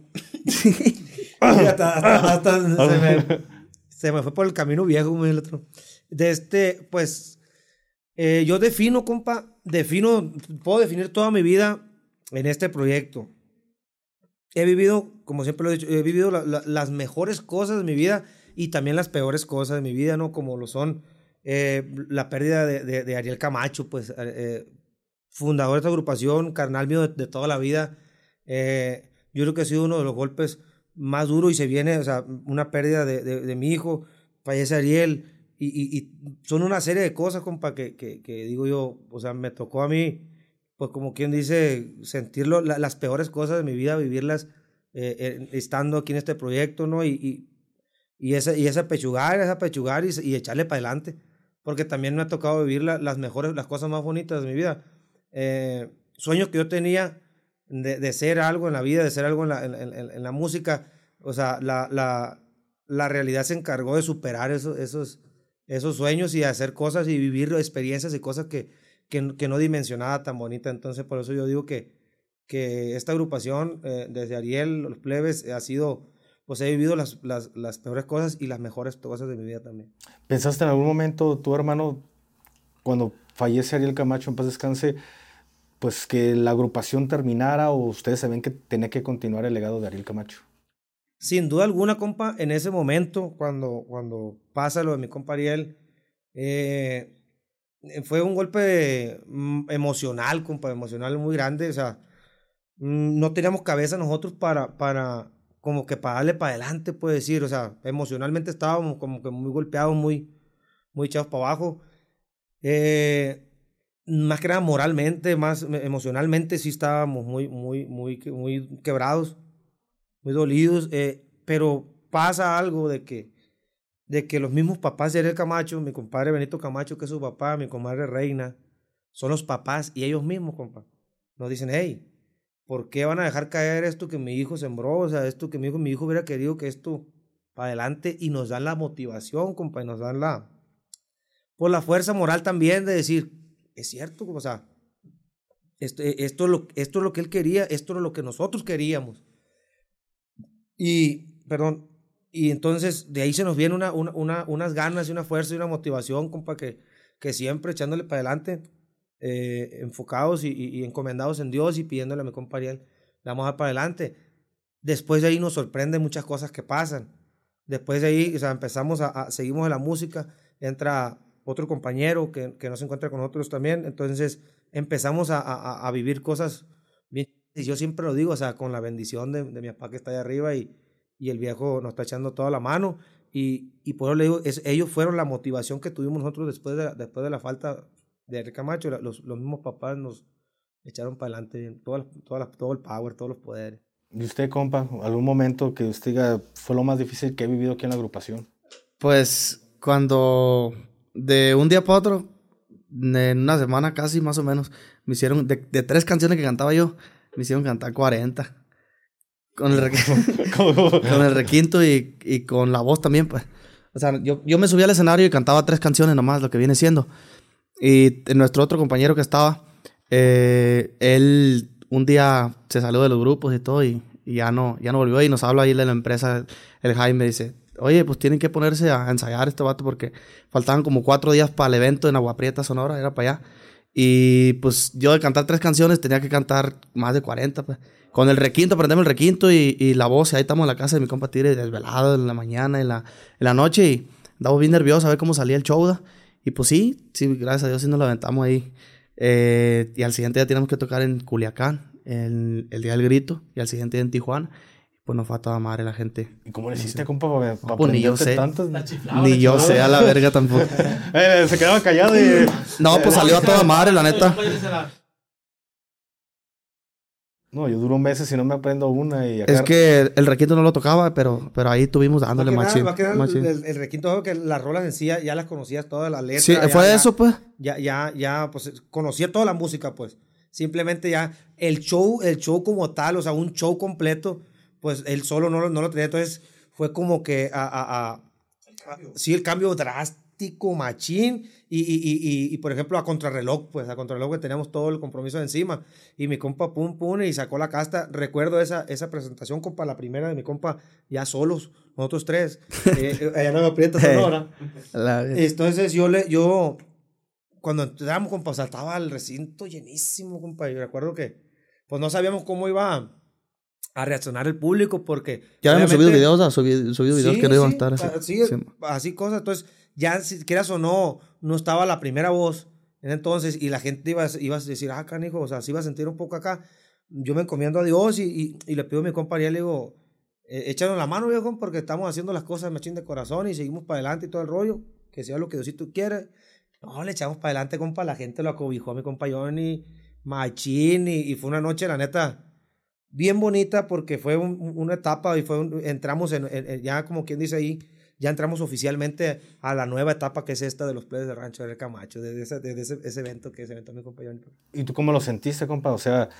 hasta, hasta, hasta se, me, se me fue por el camino viejo, como el otro. De este, pues, eh, yo defino, compa, defino, puedo definir toda mi vida en este proyecto. He vivido, como siempre lo he dicho, he vivido la, la, las mejores cosas de mi vida y también las peores cosas de mi vida, ¿no? Como lo son eh, la pérdida de, de, de Ariel Camacho, pues, eh, fundador de esta agrupación, carnal mío de, de toda la vida. Eh, yo creo que ha sido uno de los golpes más duros y se viene, o sea, una pérdida de, de, de mi hijo, fallece Ariel y, y, y son una serie de cosas, compa, que, que, que digo yo, o sea, me tocó a mí, pues como quien dice, sentirlo, la, las peores cosas de mi vida, vivirlas eh, eh, estando aquí en este proyecto, ¿no? Y, y, y, ese, y esa pechugar, esa pechugar y, y echarle para adelante, porque también me ha tocado vivir la, las mejores, las cosas más bonitas de mi vida. Eh, sueños que yo tenía de, de ser algo en la vida, de ser algo en la, en, en, en la música, o sea, la, la, la realidad se encargó de superar esos, esos, esos sueños y de hacer cosas y vivir experiencias y cosas que, que, que no dimensionaba tan bonita. Entonces, por eso yo digo que, que esta agrupación, eh, desde Ariel, los plebes, ha sido, pues he vivido las, las, las peores cosas y las mejores cosas de mi vida también. ¿Pensaste en algún momento, tu hermano, cuando fallece Ariel Camacho, en paz descanse, pues que la agrupación terminara o ustedes se ven que tenía que continuar el legado de Ariel Camacho? Sin duda alguna, compa, en ese momento, cuando, cuando pasa lo de mi compa Ariel, eh, fue un golpe mm, emocional, compa, emocional muy grande. O sea, mm, no teníamos cabeza nosotros para, para, como que para darle para adelante, puede decir. O sea, emocionalmente estábamos como que muy golpeados, muy, muy echados para abajo. Eh, más que nada moralmente, más emocionalmente sí estábamos muy, muy, muy, muy quebrados, muy dolidos, eh, pero pasa algo de que, de que los mismos papás de Ariel Camacho, mi compadre Benito Camacho, que es su papá, mi comadre Reina, son los papás y ellos mismos, compa, nos dicen, hey, ¿por qué van a dejar caer esto que mi hijo sembró? O sea, esto que mi hijo, mi hijo hubiera querido que esto para adelante, y nos dan la motivación, compa, y nos dan la, por la fuerza moral también de decir, es cierto, o sea, esto, esto, es lo, esto es lo que él quería, esto es lo que nosotros queríamos. Y, perdón, y entonces de ahí se nos viene una, una, una, unas ganas y una fuerza y una motivación, compa, que, que siempre echándole para adelante, eh, enfocados y, y, y encomendados en Dios y pidiéndole a mi compa Ariel, le vamos a dar para adelante. Después de ahí nos sorprenden muchas cosas que pasan. Después de ahí, o sea, empezamos a, a seguimos en la música, entra otro compañero que, que no se encuentra con nosotros también, entonces empezamos a, a, a vivir cosas bien, y yo siempre lo digo, o sea, con la bendición de, de mi papá que está allá arriba y, y el viejo nos está echando toda la mano, y, y por eso le digo, es, ellos fueron la motivación que tuvimos nosotros después de, después de la falta de Ariel Camacho. Los, los mismos papás nos echaron para adelante toda, toda la, todo el power, todos los poderes. ¿Y usted, compa, algún momento que usted diga fue lo más difícil que he vivido aquí en la agrupación? Pues cuando de un día para otro, en una semana casi más o menos, me hicieron, de, de tres canciones que cantaba yo, me hicieron cantar cuarenta. Con el, requ- con el requinto y, y con la voz también, pues. O sea, yo, yo me subí al escenario y cantaba tres canciones nomás, lo que viene siendo. Y nuestro otro compañero que estaba, eh, él un día se salió de los grupos y todo y, y ya, no, ya no volvió, y nos habla ahí de la empresa, el Jaime dice, oye, pues tienen que ponerse a ensayar este vato porque faltaban como cuatro días para el evento en Agua Prieta, Sonora, era para allá. Y pues yo de cantar tres canciones tenía que cantar más de cuarenta, pues. Con el requinto, aprendemos el requinto y, y la voz, y ahí estamos en la casa de mi compa Tigre, desvelado en la mañana, en la, en la noche, y andamos bien nerviosos a ver cómo salía el show, ¿da? Y pues sí, sí, gracias a Dios sí nos lo aventamos ahí. Eh, y al siguiente día teníamos que tocar en Culiacán, el, el día del grito, y al siguiente día en Tijuana. Pues nos fue a toda madre la gente. ¿Y cómo le hiciste, compa, para, para pues ni yo sé. tantas? Ni yo sé, a la verga tampoco. eh, se quedaba callado y... No, pues salió a toda madre, la neta. No, yo duro meses y no me aprendo una. Y acá... Es que el requinto no lo tocaba, pero, pero ahí estuvimos dándole machín. Más que nada, el, el, el requinto, que las rolas en sí ya, ya las conocías todas, las letras. Sí, ya, fue ya, eso, pues. Ya, ya, ya, pues conocía toda la música, pues. Simplemente ya el show, el show como tal, o sea, un show completo, pues él solo no, no lo tenía. Entonces fue como que a, a, a, a sí, el cambio drástico. táctico, machín, y, y, y, y, y, por ejemplo, a contrarreloj, pues, a contrarreloj que teníamos todo el compromiso de encima, y mi compa pum, pum, y sacó la casta. Recuerdo esa, esa presentación, compa, la primera de mi compa, ya solos, nosotros tres, eh, allá no me aprieta Sonora. Entonces, yo le, yo, cuando entramos, compa, saltaba al recinto llenísimo, compa, y recuerdo que, pues, no sabíamos cómo iba a, a reaccionar el público, porque... Ya habíamos subido videos, ¿no? subido, subido videos sí, que no iban a sí, estar así. Así, Sí. así cosas, entonces, ya, si quieras o no, no estaba la primera voz, en entonces, y la gente iba, iba a decir, ah, canijo, o sea, se iba a sentir un poco acá. Yo me encomiendo a Dios y, y, y le pido a mi compa Ariel, le digo, eh, échanos la mano, viejo, porque estamos haciendo las cosas machín de corazón y seguimos para adelante y todo el rollo, que sea lo que Diosito quiere. No, le echamos para adelante, compa, la gente lo acobijó a mi compa Johnny, machín, y, y fue una noche, la neta, bien bonita, porque fue un, una etapa y fue un, entramos en, en, en, ya como quien dice ahí, ya entramos oficialmente a la nueva etapa que es esta de los players de Rancho del Camacho, desde ese, desde ese, ese evento que se eventó mi compa Johnny. ¿Y tú cómo lo sentiste, compa? O sea,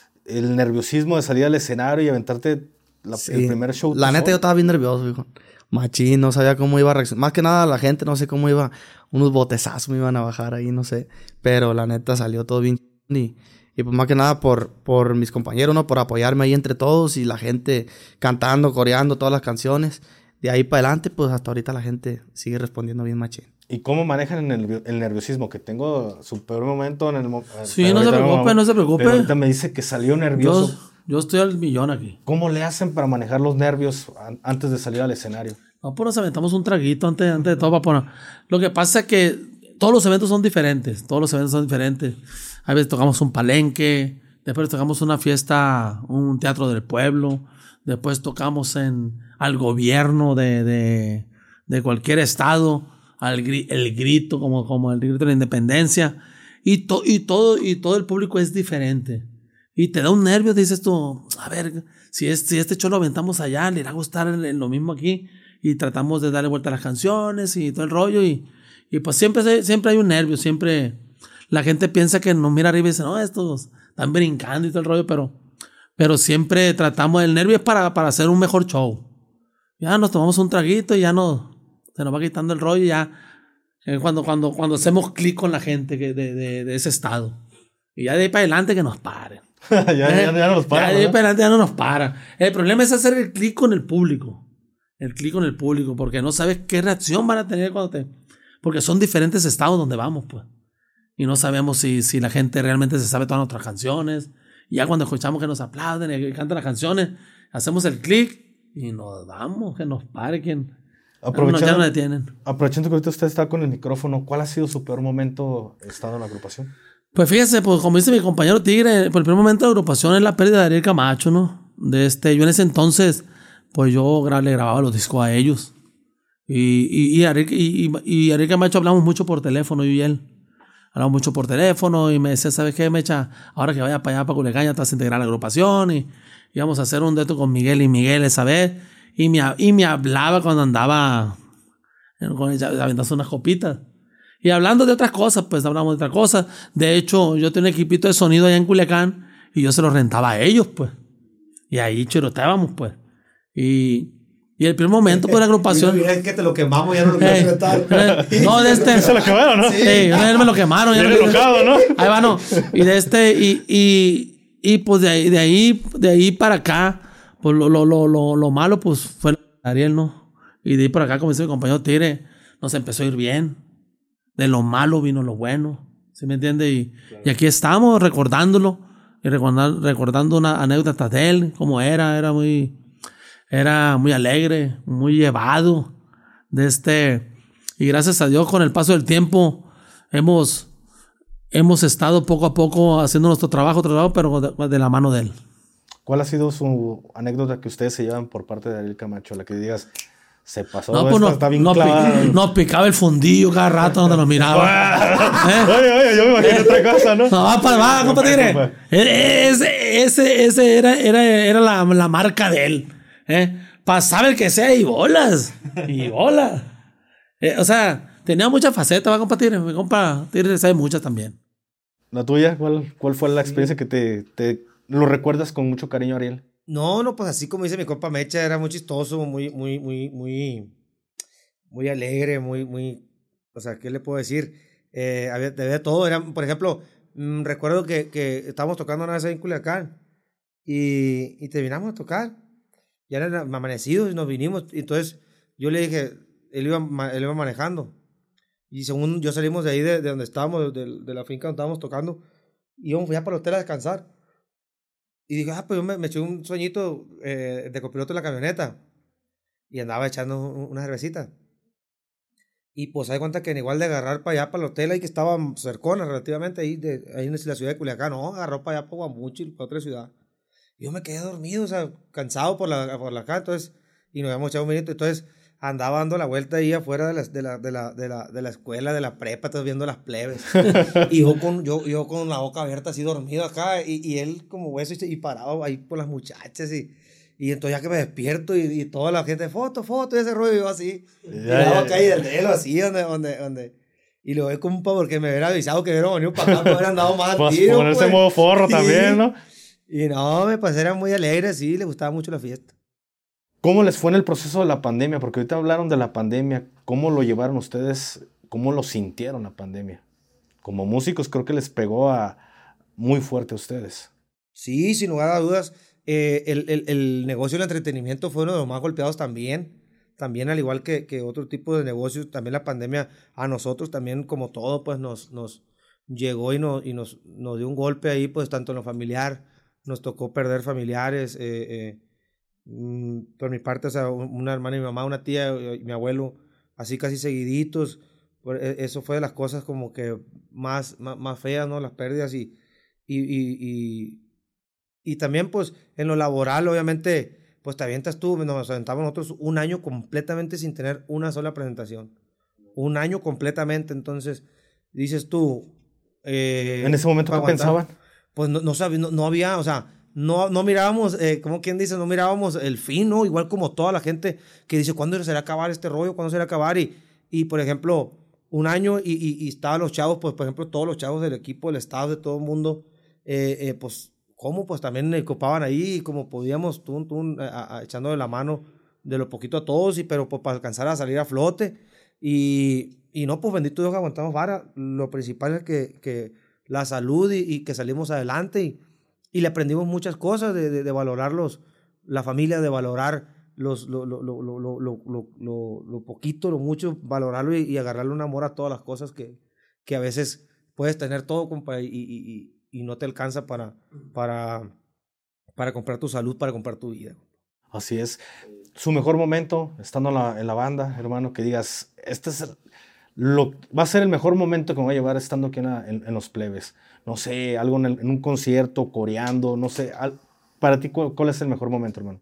el nerviosismo de salir al escenario y aventarte la, Sí. el primer show. La neta, yo estaba bien nervioso, hijo. Machín, no sabía cómo iba a reaccionar. Más que nada, la gente, no sé cómo iba. Unos botezazos me iban a bajar ahí, no sé. Pero la neta salió todo bien. Y, y pues más que nada por, por mis compañeros, ¿no? Por apoyarme ahí entre todos y la gente cantando, coreando todas las canciones. De ahí para adelante, pues hasta ahorita la gente sigue respondiendo bien machín. ¿Y cómo manejan el, el nerviosismo? Que tengo su peor momento en el momento. Sí, no se preocupe, no se preocupe. Pero ahorita me dice que salió nervioso. Yo, yo estoy al millón aquí. ¿Cómo le hacen para manejar los nervios an- antes de salir al escenario? No, pues nos aventamos un traguito antes, antes de todo para poner. Lo que pasa es que todos los eventos son diferentes. Todos los eventos son diferentes. A veces tocamos un palenque, después tocamos una fiesta, un teatro del pueblo, después tocamos en al gobierno de, de, de cualquier estado, al gri, el grito, como, como el grito de la independencia. Y, to, y, todo, y todo el público es diferente. Y te da un nervio, dices tú, a ver, si, es, si este show lo aventamos allá, le irá a gustar en, en lo mismo aquí. Y tratamos de darle vuelta a las canciones y todo el rollo. Y, y pues siempre, siempre hay un nervio, siempre la gente piensa que nos mira arriba y dice, no, estos están brincando y todo el rollo, pero, pero siempre tratamos, el nervio es para, para hacer un mejor show. Ya nos tomamos un traguito y ya no, se nos va quitando el rollo y ya, eh, cuando, cuando, cuando hacemos clic con la gente que de, de, de ese estado. Y ya de ahí para adelante que nos paren. ya, ya, ya no nos paran. Ya de ahí para adelante ya no nos paran. El problema es hacer el clic con el público. El clic con el público, porque no sabes qué reacción van a tener cuando te... Porque son diferentes estados donde vamos, pues. Y no sabemos si, si la gente realmente se sabe todas nuestras canciones. Y ya cuando escuchamos que nos aplauden y que cantan las canciones, hacemos el clic y nos vamos, que nos pare quien... Aprovechando, ya no detienen. Aprovechando que ahorita usted está con el micrófono, ¿cuál ha sido su peor momento estando en la agrupación? Pues fíjese, pues como dice mi compañero Tigre, pues el primer momento de la agrupación es la pérdida de Ariel Camacho, ¿no? De este, yo en ese entonces, pues yo gra- le grababa los discos a ellos. Y, y, y, Ariel, y, y, y Ariel Camacho hablamos mucho por teléfono, yo y él. Hablamos mucho por teléfono y me decía, ¿sabes qué, Mecha? Ahora que vaya para allá, para Culiacán, ya te vas a integrar a la agrupación y íbamos a hacer un dueto con Miguel y Miguel esa vez. Y me, y me hablaba cuando andaba con ella, aventándose unas copitas. Y hablando de otras cosas, pues hablamos de otras cosas. De hecho, yo tenía un equipito de sonido allá en Culiacán y yo se lo rentaba a ellos, pues. Y ahí chiroteábamos, pues. Y, y el primer momento, pues, la agrupación... Es que te lo quemamos, ya no lo quieres rentar. Eh, no, de este... Se lo acabaron, ¿no? Sí, una vez me lo quemaron. Ya Bien no- enojado, ¿no? Ahí va, no. Y de este... Y, y, y pues de ahí, de ahí, de ahí para acá, pues lo, lo, lo, lo, lo malo, pues, fue Ariel, ¿no? Y de ahí para acá, como dice mi compañero Tigre, nos empezó a ir bien. De lo malo vino lo bueno. ¿Sí me entiende? Y, claro. Y aquí estamos recordándolo. Y recordar, recordando una anécdota de él, cómo era, era muy... Era muy alegre, muy llevado. De este, y gracias a Dios, con el paso del tiempo, hemos, hemos estado poco a poco haciendo nuestro trabajo, trabajo pero de, de la mano de él. ¿Cuál ha sido su anécdota que ustedes se llevan por parte de Ariel Camacho? La que digas, se pasó, no, pues esta no, está bien no, clavada. Nos picaba el fundillo cada rato donde nos miraba. ¿Eh? Oye, oye, yo me imagino otra cosa, ¿no? No, va, para, va, compa Tigre. Ese, ese, ese era, era, era la, la marca de él. ¿Eh? Pasaba el que sea y bolas. Y bolas. Eh, o sea, tenía muchas facetas, va, compa Tigre. Mi compa Tigre sabe muchas también. ¿La tuya? ¿Cuál, cuál fue la experiencia que te, te lo recuerdas con mucho cariño, Ariel? No, no, pues así como dice mi compa Mecha, era muy chistoso, muy, muy, muy, muy, muy alegre, muy, muy, O sea, ¿qué le puedo decir? Eh, había, había todo. Era, por ejemplo, mmm, recuerdo que, que estábamos tocando una vez ahí en Culiacán y, y terminamos de tocar. Ya eran amanecidos y nos vinimos. Y entonces yo le dije, él iba, él iba manejando. Y según yo salimos de ahí, de, de donde estábamos, de, de la finca donde estábamos tocando, y íbamos ya para el hotel a descansar. Y dije, ah, pues yo me, me eché un sueñito eh, de copiloto en la camioneta. Y andaba echando una cervecita. Y pues hay cuenta que en igual de agarrar para allá, para el hotel, ahí que estaba cercona relativamente, ahí, de, ahí en la ciudad de Culiacán, no, agarró para allá, para Guamuchil, para otra ciudad. Y yo me quedé dormido, o sea, cansado por la, por la acá, entonces, y nos habíamos echado un minuto, entonces andaba dando la vuelta ahí afuera de la, de la, de la, de la, de la escuela, de la prepa, entonces viendo las plebes. Y yo con, yo, yo con la boca abierta, así dormido acá, y, y él como hueso y, y parado ahí por las muchachas, y... Y entonces ya que me despierto y, y toda la gente, foto, foto, y ese rollo, y yo así, tirado acá y del dedo así, donde, donde, donde, y lo ve compa porque me hubiera avisado que hubiera venido para acá, me hubieran dado más pues tiro, ponerse pues. modo forro también, ¿no? Y no, me pasé, era muy alegre, sí, le gustaba mucho la fiesta. ¿Cómo les fue en el proceso de la pandemia? Porque ahorita hablaron de la pandemia, ¿cómo lo llevaron ustedes? ¿Cómo lo sintieron la pandemia? Como músicos creo que les pegó a, muy fuerte a ustedes. Sí, sin lugar a dudas. Eh, el, el, el negocio del entretenimiento fue uno de los más golpeados también, también al igual que, que otro tipo de negocios, también la pandemia a nosotros también como todo pues nos, nos llegó y, no, y nos, nos dio un golpe ahí pues tanto en lo familiar, nos tocó perder familiares, eh, eh, mm, por mi parte, o sea, una hermana y mi mamá, una tía y mi abuelo, así casi seguiditos, por, eso fue de las cosas como que más, más, más feas, ¿no? Las pérdidas y, y, y, y Y también, pues, en lo laboral, obviamente, pues te avientas tú, nos aventamos nosotros un año completamente sin tener una sola presentación. Un año completamente, entonces, dices tú... Eh, ¿En ese momento qué pensaban? Pues no, no, sabía, no, no había, o sea, no, no mirábamos, eh, como quien dice, no mirábamos el fin, ¿no? Igual como toda la gente que dice, ¿cuándo se va a acabar este rollo? ¿Cuándo se va a acabar? Y, y por ejemplo, un año y, y, y estaban los chavos, pues, por ejemplo, todos los chavos del equipo, del estado, de todo el mundo, eh, eh, pues... ¿Cómo? Pues también me copaban ahí, como podíamos, tun, tun, a, a, echando de la mano de lo poquito a todos, y, pero pues, para alcanzar a salir a flote. Y, y no, pues bendito Dios que aguantamos vara. Lo principal es que, que la salud y, y que salimos adelante. Y, y le aprendimos muchas cosas de, de, de valorar los, la familia, de valorar los, lo, lo, lo, lo, lo, lo, lo, lo poquito, lo mucho, valorarlo y, y agarrarle un amor a todas las cosas que, que a veces puedes tener todo, compa, y, y, y y no te alcanza para, para, para comprar tu salud, para comprar tu vida. Así es. Su mejor momento, estando en la, en la banda, hermano, que digas, este es el, lo, va a ser el mejor momento que me voy a llevar estando aquí en, la, en, en los plebes. No sé, algo en, el, en un concierto, coreando, no sé. Al, para ti, ¿cuál, ¿cuál es el mejor momento, hermano?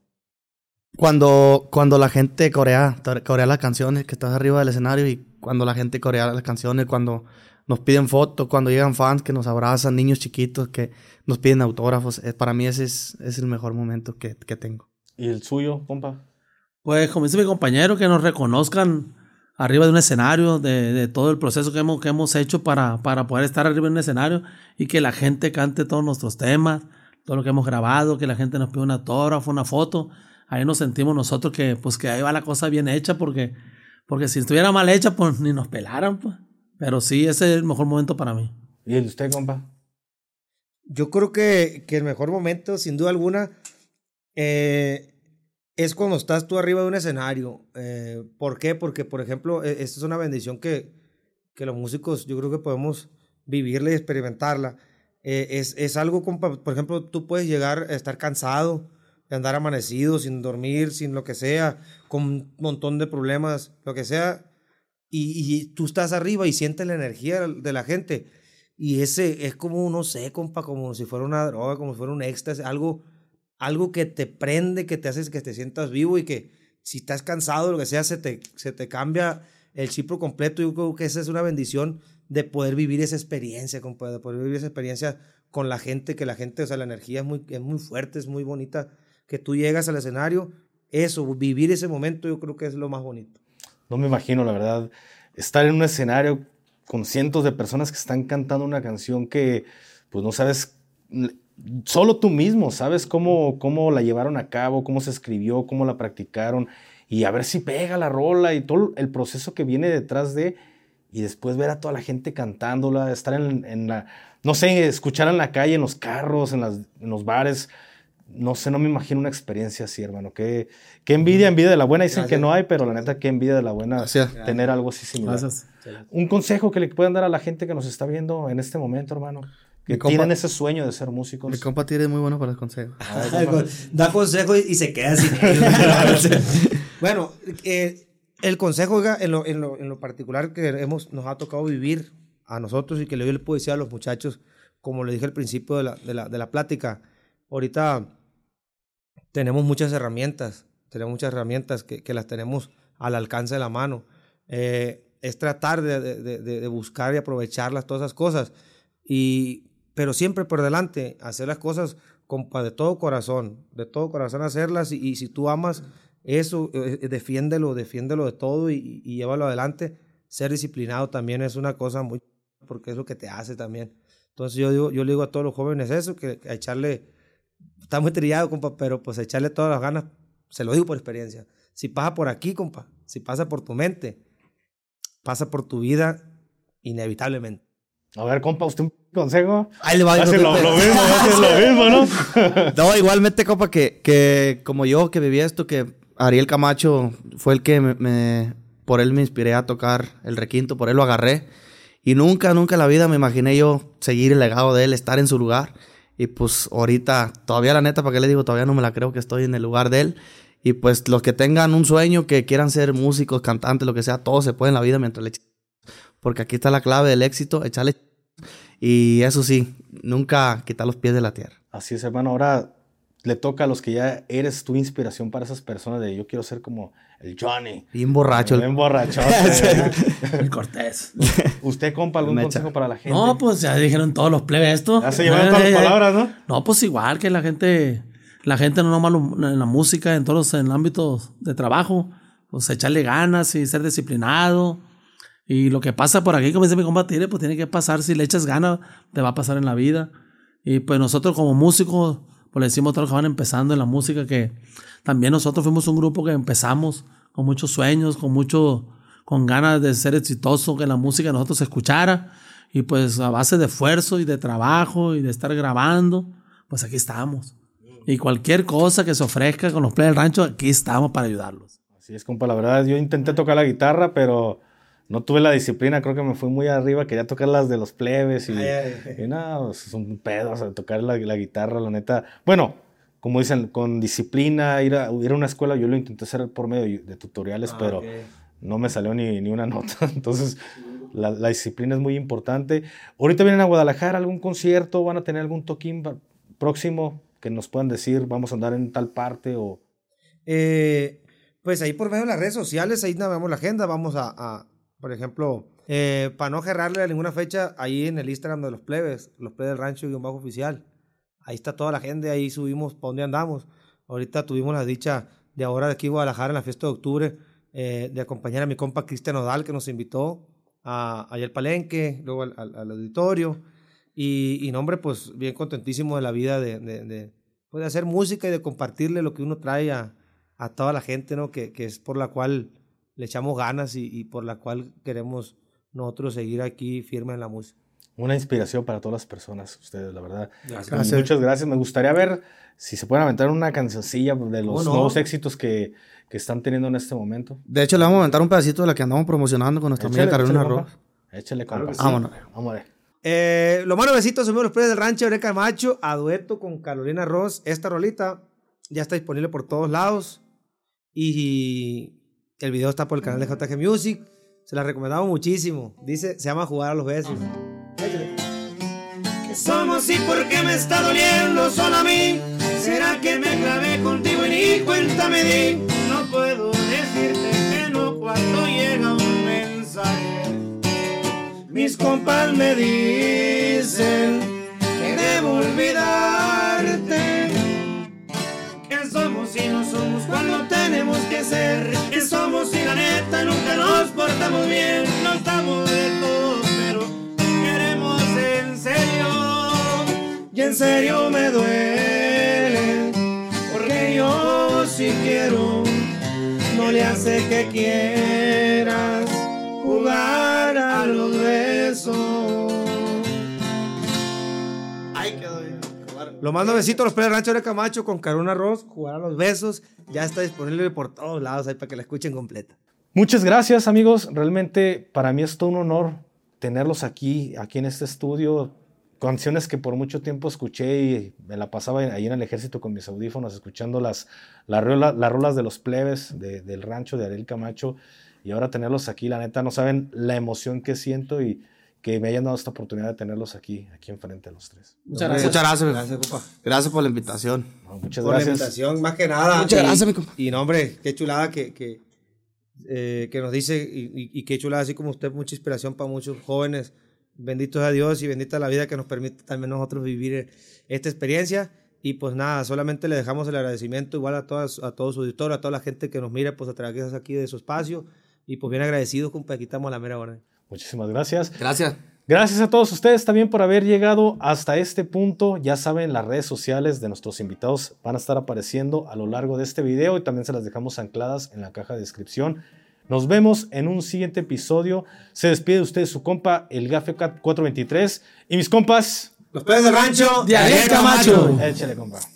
Cuando, cuando la gente corea, corea las canciones, que estás arriba del escenario, y cuando la gente corea las canciones, cuando... nos piden fotos, cuando llegan fans que nos abrazan, niños chiquitos que nos piden autógrafos. Para mí ese es, es el mejor momento que, que tengo. ¿Y el suyo, compa? Pues como dice mi compañero, que nos reconozcan arriba de un escenario, de, de todo el proceso que hemos, que hemos hecho para, para poder estar arriba de un escenario y que la gente cante todos nuestros temas, todo lo que hemos grabado, que la gente nos pida un autógrafo, una foto. Ahí nos sentimos nosotros que, pues, que ahí va la cosa bien hecha, porque, porque si estuviera mal hecha, pues ni nos pelaran, pues. Pero sí, ese es el mejor momento para mí. ¿Y el de usted, compa? Yo creo que, que el mejor momento, sin duda alguna, eh, es cuando estás tú arriba de un escenario. Eh, ¿Por qué? Porque, por ejemplo, esta es una bendición que, que los músicos, yo creo que podemos vivirla y experimentarla. Eh, es, es algo, compa, por ejemplo, tú puedes llegar a estar cansado, de andar amanecido, sin dormir, sin lo que sea, con un montón de problemas, lo que sea. Y, y tú estás arriba y sientes la energía de la gente. Y ese es como, no sé, compa, como si fuera una droga, como si fuera un éxtasis, algo, algo que te prende, que te hace que te sientas vivo y que si estás cansado, lo que sea, se te, se te cambia el chip por completo. Yo creo que esa es una bendición de poder vivir esa experiencia, compa, de poder vivir esa experiencia con la gente, que la gente, o sea, la energía es muy, es muy fuerte, es muy bonita, que tú llegas al escenario, eso, vivir ese momento, yo creo que es lo más bonito. No me imagino, la verdad, estar en un escenario con cientos de personas que están cantando una canción que, pues no sabes, solo tú mismo sabes cómo, cómo la llevaron a cabo, cómo se escribió, cómo la practicaron, y a ver si pega la rola y todo el proceso que viene detrás de, y después ver a toda la gente cantándola, estar en, en la, no sé, escuchar en la calle, en los carros, en, las, en los bares. No sé, no me imagino una experiencia así, hermano. Qué, qué envidia, envidia de la buena. Dicen Gracias. Que no hay, pero la neta, qué envidia de la buena Gracias. Tener algo así similar. Gracias. Un consejo que le puedan dar a la gente que nos está viendo en este momento, hermano. Que compa, tienen ese sueño de ser músicos. Mi compa Tire es muy bueno para el consejo. Da consejo y se queda sin ellos. Bueno, eh, el consejo, oiga, en lo, en, lo, en lo particular que hemos, nos ha tocado vivir a nosotros y que le puedo decir a los muchachos, como le dije al principio de la, de la, de la plática, ahorita tenemos muchas herramientas, tenemos muchas herramientas que, que las tenemos al alcance de la mano. Eh, es tratar de, de, de, de buscar y aprovecharlas, todas esas cosas. Y, pero siempre por delante, hacer las cosas compa, de todo corazón, de todo corazón hacerlas. Y, y si tú amas eso, eh, defiéndelo, defiéndelo de todo y, y llévalo adelante. Ser disciplinado también es una cosa muy... porque es lo que te hace también. Entonces yo, digo, yo le digo a todos los jóvenes eso, que, que a echarle... Está muy trillado, compa, pero pues echarle todas las ganas, se lo digo por experiencia. Si pasa por aquí, compa, si pasa por tu mente, pasa por tu vida inevitablemente. A ver, compa, ¿usted un consejo? Ahí le va a decir lo, lo mismo, hace lo mismo, ¿no? No, igualmente, compa, que, que como yo que viví esto, que Ariel Camacho fue el que me, me... Por él me inspiré a tocar el requinto, por él lo agarré. Y nunca, nunca en la vida me imaginé yo seguir el legado de él, estar en su lugar. Y pues ahorita, todavía la neta, ¿para qué le digo? Todavía no me la creo que estoy en el lugar de él. Y pues los que tengan un sueño, que quieran ser músicos, cantantes, lo que sea, todo se puede en la vida mientras le echen. Porque aquí está la clave del éxito, echarle. Y eso sí, nunca quitar los pies de la tierra. Así es, hermano. Ahora le toca a los que ya eres tu inspiración para esas personas de yo quiero ser como el Johnny. Bien borracho. Bien borracho. El Cortés. ¿Usted, compa, algún Mecha. consejo para la gente? No, pues ya dijeron todos los plebes esto. Ya se llevaron todas las palabras, ¿no? No, pues igual que la gente, la gente no nomás en la música, en todos los en ámbitos de trabajo, pues echarle ganas y ser disciplinado. Y lo que pasa por aquí, como dice mi compa Tire, pues tiene que pasar. Si le echas ganas, te va a pasar en la vida. Y pues nosotros como músicos, pues le decimos a todos los que van empezando en la música que también nosotros fuimos un grupo que empezamos con muchos sueños, con mucho, con ganas de ser exitoso, que la música de nosotros se escuchara. Y pues a base de esfuerzo y de trabajo y de estar grabando, pues aquí estamos. Y cualquier cosa que se ofrezca con los plebes del rancho, aquí estamos para ayudarlos. Así es, compa. La verdad, yo intenté tocar la guitarra, pero no tuve la disciplina. Creo que me fui muy arriba. Quería tocar las de los plebes y, ay, ay, y no, es un pedo, o sea, tocar la, la guitarra, la neta. Bueno, como dicen, con disciplina, ir a, ir a una escuela, yo lo intenté hacer por medio de tutoriales, ah, pero okay. no me salió ni, ni una nota. Entonces, la, la disciplina es muy importante. Ahorita vienen a Guadalajara, algún concierto, van a tener algún toquín próximo que nos puedan decir, vamos a andar en tal parte o... Eh, pues ahí por medio de las redes sociales, ahí navegamos la agenda, vamos a, a por ejemplo, eh, para no cerrarle a ninguna fecha, ahí en el Instagram de los plebes, los plebes del rancho guión bajo oficial. Ahí está toda la gente, ahí subimos para dónde andamos. Ahorita tuvimos la dicha de ahora de aquí en Guadalajara en la fiesta de octubre eh, de acompañar a mi compa Cristian Odal, que nos invitó a, allá al Palenque, luego al, al, al auditorio. Y, y no, hombre, pues bien contentísimo de la vida de, de, de, pues, de hacer música y de compartirle lo que uno trae a, a toda la gente, ¿no? Que, que es por la cual le echamos ganas y, y por la cual queremos nosotros seguir aquí firmes en la música. Una inspiración para todas las personas, ustedes, la verdad. Gracias. Muchas gracias. Me gustaría ver si se pueden aventar una cancioncilla de los no? nuevos éxitos que, que están teniendo en este momento. De hecho, le vamos a aventar un pedacito de la que andamos promocionando con nuestra amiga Carolina Ross. Échale, compa. Claro sí. Vámonos. Vamos a ver. Eh, los manos besitos, somos los plebes del rancho, Eureka Camacho, a dueto con Carolina Ross. Esta rolita ya está disponible por todos lados. Y el video está por el canal de J G Music. Se la recomendamos muchísimo. Dice, se llama Jugar a los Besos. ¿Qué somos y por qué me está doliendo solo a mí? ¿Será que me clavé contigo y ni cuenta me di? No puedo decirte que no cuando llega un mensaje. Mis compas me dicen que debo olvidarte. ¿Qué somos y no somos cuando tenemos que ser? ¿Qué somos y la neta nunca nos portamos bien? No estamos de todo, pero queremos en serio. Y en serio me duele, porque yo sí quiero. No le hace que quieras jugar a Lo mando besito a los Plebes del Rancho de Camacho con Carona Ross, jugar a los besos. Ya está disponible por todos lados ahí para que la escuchen completa. Muchas gracias, amigos. Realmente para mí es todo un honor tenerlos aquí, aquí en este estudio. Canciones que por mucho tiempo escuché y me la pasaba ahí en el ejército con mis audífonos, escuchando las, las, rolas, las rolas de los plebes de, del rancho de Ariel Camacho. Y ahora tenerlos aquí, la neta, no saben la emoción que siento y que me hayan dado esta oportunidad de tenerlos aquí, aquí enfrente de los tres. Muchas gracias. Muchas gracias, Gracias, compa. Gracias por la invitación. No, muchas Por gracias. la invitación, más que nada. Muchas y, gracias, mi compa. Y no, hombre, qué chulada que, que, eh, que nos dice y, y, y qué chulada, así como usted, mucha inspiración para muchos jóvenes. Bendito sea Dios y bendita la vida que nos permite también nosotros vivir esta experiencia. Y pues nada, solamente le dejamos el agradecimiento igual a, todas, a todo su auditorio, a toda la gente que nos mira pues a través aquí de su espacio. Y pues bien agradecidos, compa, aquí estamos a la mera hora. Muchísimas gracias. Gracias. Gracias a todos ustedes también por haber llegado hasta este punto. Ya saben, las redes sociales de nuestros invitados van a estar apareciendo a lo largo de este video y también se las dejamos ancladas en la caja de descripción. Nos vemos en un siguiente episodio. Se despide de ustedes su compa, el Gafe cuatrocientos veintitrés. Y mis compas, Los Plebes del Rancho de Ariel Camacho. échale, compa.